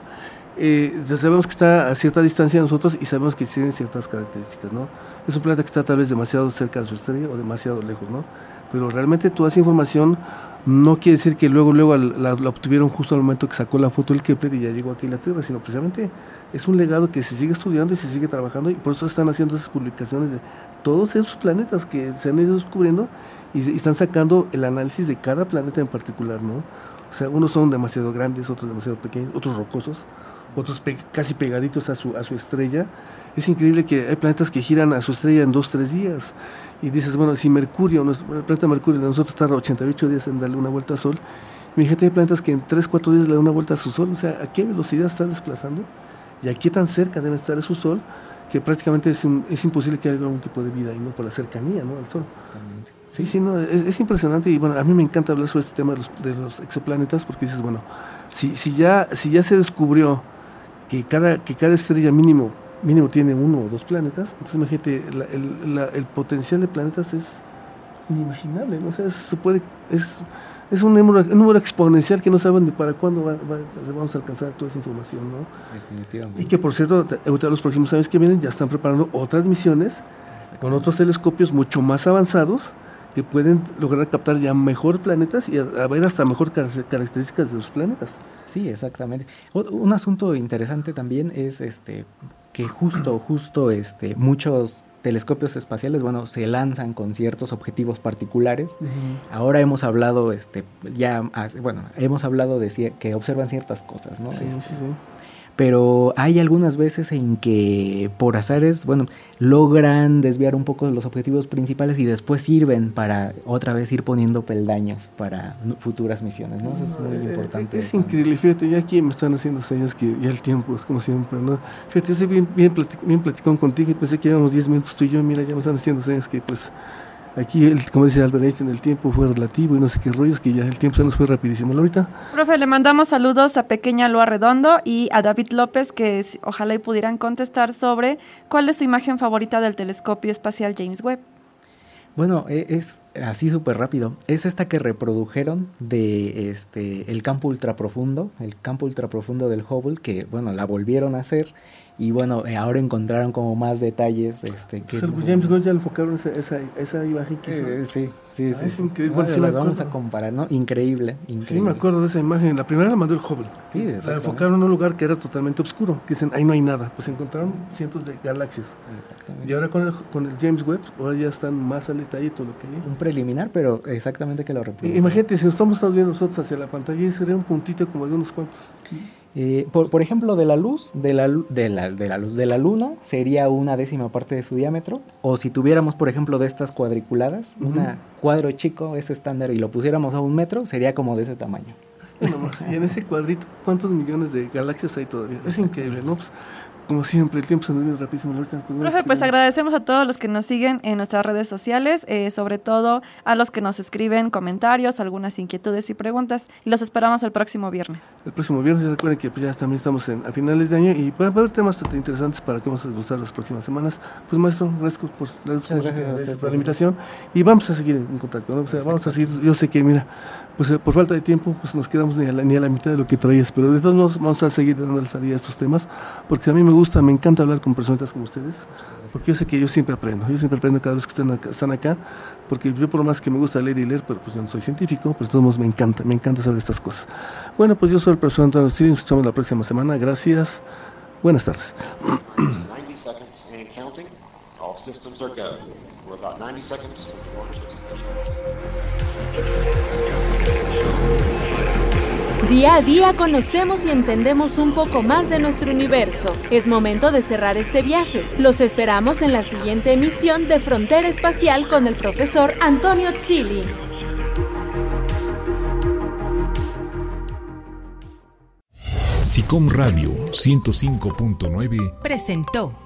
eh, sabemos que está a cierta distancia de nosotros y sabemos que tiene ciertas características, ¿no? Es un planeta que está tal vez demasiado cerca de su estrella o demasiado lejos, ¿no? Pero realmente toda esa información no quiere decir que luego luego la, la obtuvieron justo al momento que sacó la foto el Kepler y ya llegó aquí a la Tierra, sino precisamente es un legado que se sigue estudiando y se sigue trabajando y por eso están haciendo esas publicaciones de todos esos planetas que se han ido descubriendo y, y están sacando el análisis de cada planeta en particular, ¿no? O sea, unos son demasiado grandes, otros demasiado pequeños, otros rocosos, otros pe- casi pegaditos a su, a su estrella. Es increíble que hay planetas que giran a su estrella en dos, tres días. Y dices, bueno, si Mercurio, nuestro, el planeta Mercurio, de nosotros tarda ochenta y ocho días en darle una vuelta al Sol, fíjate, hay planetas que en tres, cuatro días le dan una vuelta a su Sol, o sea, ¿a qué velocidad está desplazando? Y a qué tan cerca debe estar de su Sol, que prácticamente es, un, es imposible que haya algún tipo de vida, y no por la cercanía, ¿no?, al Sol. Sí, sí, no, es, es impresionante, y bueno, a mí me encanta hablar sobre este tema de los, de los exoplanetas, porque dices, bueno, si, si, ya, si ya se descubrió que cada, que cada estrella mínimo mínimo tiene uno o dos planetas, entonces imagínate, la, el, la, el potencial de planetas es inimaginable, ¿no? O sea, es, se puede, es, es un número, un número exponencial que no saben de para cuándo va, va, vamos a alcanzar toda esa información, ¿no? Definitivamente. Y que, por cierto, ahorita los próximos años que vienen ya están preparando otras misiones con otros telescopios mucho más avanzados que pueden lograr captar ya mejor planetas y a, a ver hasta mejor car- características de los planetas. Sí, exactamente. O, un asunto interesante también es este que justo, justo este, muchos telescopios espaciales, bueno, se lanzan con ciertos objetivos particulares. Uh-huh. Ahora hemos hablado, este, ya, bueno, hemos hablado de cier- que observan ciertas cosas, ¿no? Sí, este, sí, sí. Pero hay algunas veces en que por azares, bueno, logran desviar un poco los objetivos principales y después sirven para otra vez ir poniendo peldaños para futuras misiones, ¿no? Eso es muy importante. Es, es increíble, fíjate, ya aquí me están haciendo señas que ya el tiempo es como siempre, ¿no? Fíjate, yo soy bien, bien, platic- bien platicón contigo y pensé que íbamos diez minutos tú y yo, mira, ya me están haciendo señas que pues aquí, el, como dice Albert Einstein, el tiempo fue relativo y no sé qué rollos, que ya el tiempo se nos fue rapidísimo. Ahorita. Profe, le mandamos saludos a Pequeña Lua Redondo y a David López, que es, ojalá y pudieran contestar sobre cuál es su imagen favorita del telescopio espacial James Webb. Bueno, es así súper rápido. Es esta que reprodujeron de este el campo ultraprofundo, el campo ultraprofundo del Hubble, que bueno, la volvieron a hacer. Y bueno, ahora encontraron como más detalles. Este, que pues el James Webb ya le enfocaron esa, esa, esa imagen que hizo. Eh, sí, sí, ah, sí. Es increíble. No, Bueno, sí las me vamos a comparar, ¿no? Increíble, increíble. Sí, me acuerdo de esa imagen. La primera la mandó el Hubble. Sí, la enfocaron en un lugar que era totalmente oscuro. Que dicen, ahí no hay nada. Pues encontraron cientos de galaxias. Exactamente. Y ahora con el, con el James Webb, ahora ya están más al detalle todo lo que hay. Un preliminar, pero exactamente que lo reproduce. Imagínate, si nos estamos viendo nosotros hacia la pantalla, sería un puntito como de unos cuantos. Eh, por, por ejemplo, de la luz, de la, de, la, de la luz de la luna, sería una décima parte de su diámetro. O si tuviéramos, por ejemplo, de estas cuadriculadas, uh-huh. un cuadro chico, es estándar, y lo pusiéramos a un metro, sería como de ese tamaño. Y en ese cuadrito, ¿cuántos millones de galaxias hay todavía? Es increíble, ¿no? Pues, como siempre, el tiempo se nos viene rapidísimo. Ahorita, pues, Profe, pues agradecemos a todos los que nos siguen en nuestras redes sociales, eh, sobre todo a los que nos escriben comentarios, algunas inquietudes y preguntas, y los esperamos el próximo viernes. El próximo viernes, recuerden que pues, ya también estamos en, a finales de año y va a haber temas interesantes para que vamos a desglosar las próximas semanas. Pues maestro, gracias por, gracias gracias por, gracias por la invitación y vamos a seguir en contacto, ¿no? O sea, vamos a seguir, yo sé que, mira, pues por falta de tiempo pues nos quedamos ni a, la, ni a la mitad de lo que traías, pero de todos modos vamos a seguir dando salida a estos temas, porque a mí me gusta, me encanta hablar con personas como ustedes, porque yo sé que yo siempre aprendo, yo siempre aprendo cada vez que están acá, están acá, porque yo por más que me gusta leer y leer, pero pues yo no soy científico, pero de todos modos me encanta, me encanta saber estas cosas. Bueno, pues yo soy el profesor Antonio Stili, nos escuchamos la próxima semana, gracias, buenas tardes. ninety seconds and counting. All systems are go. We're about ninety seconds from launch Día a día conocemos y entendemos un poco más de nuestro universo. Es momento de cerrar este viaje. Los esperamos en la siguiente emisión de Frontera Espacial con el profesor Antonio Stili. SICOM Radio ciento cinco punto nueve presentó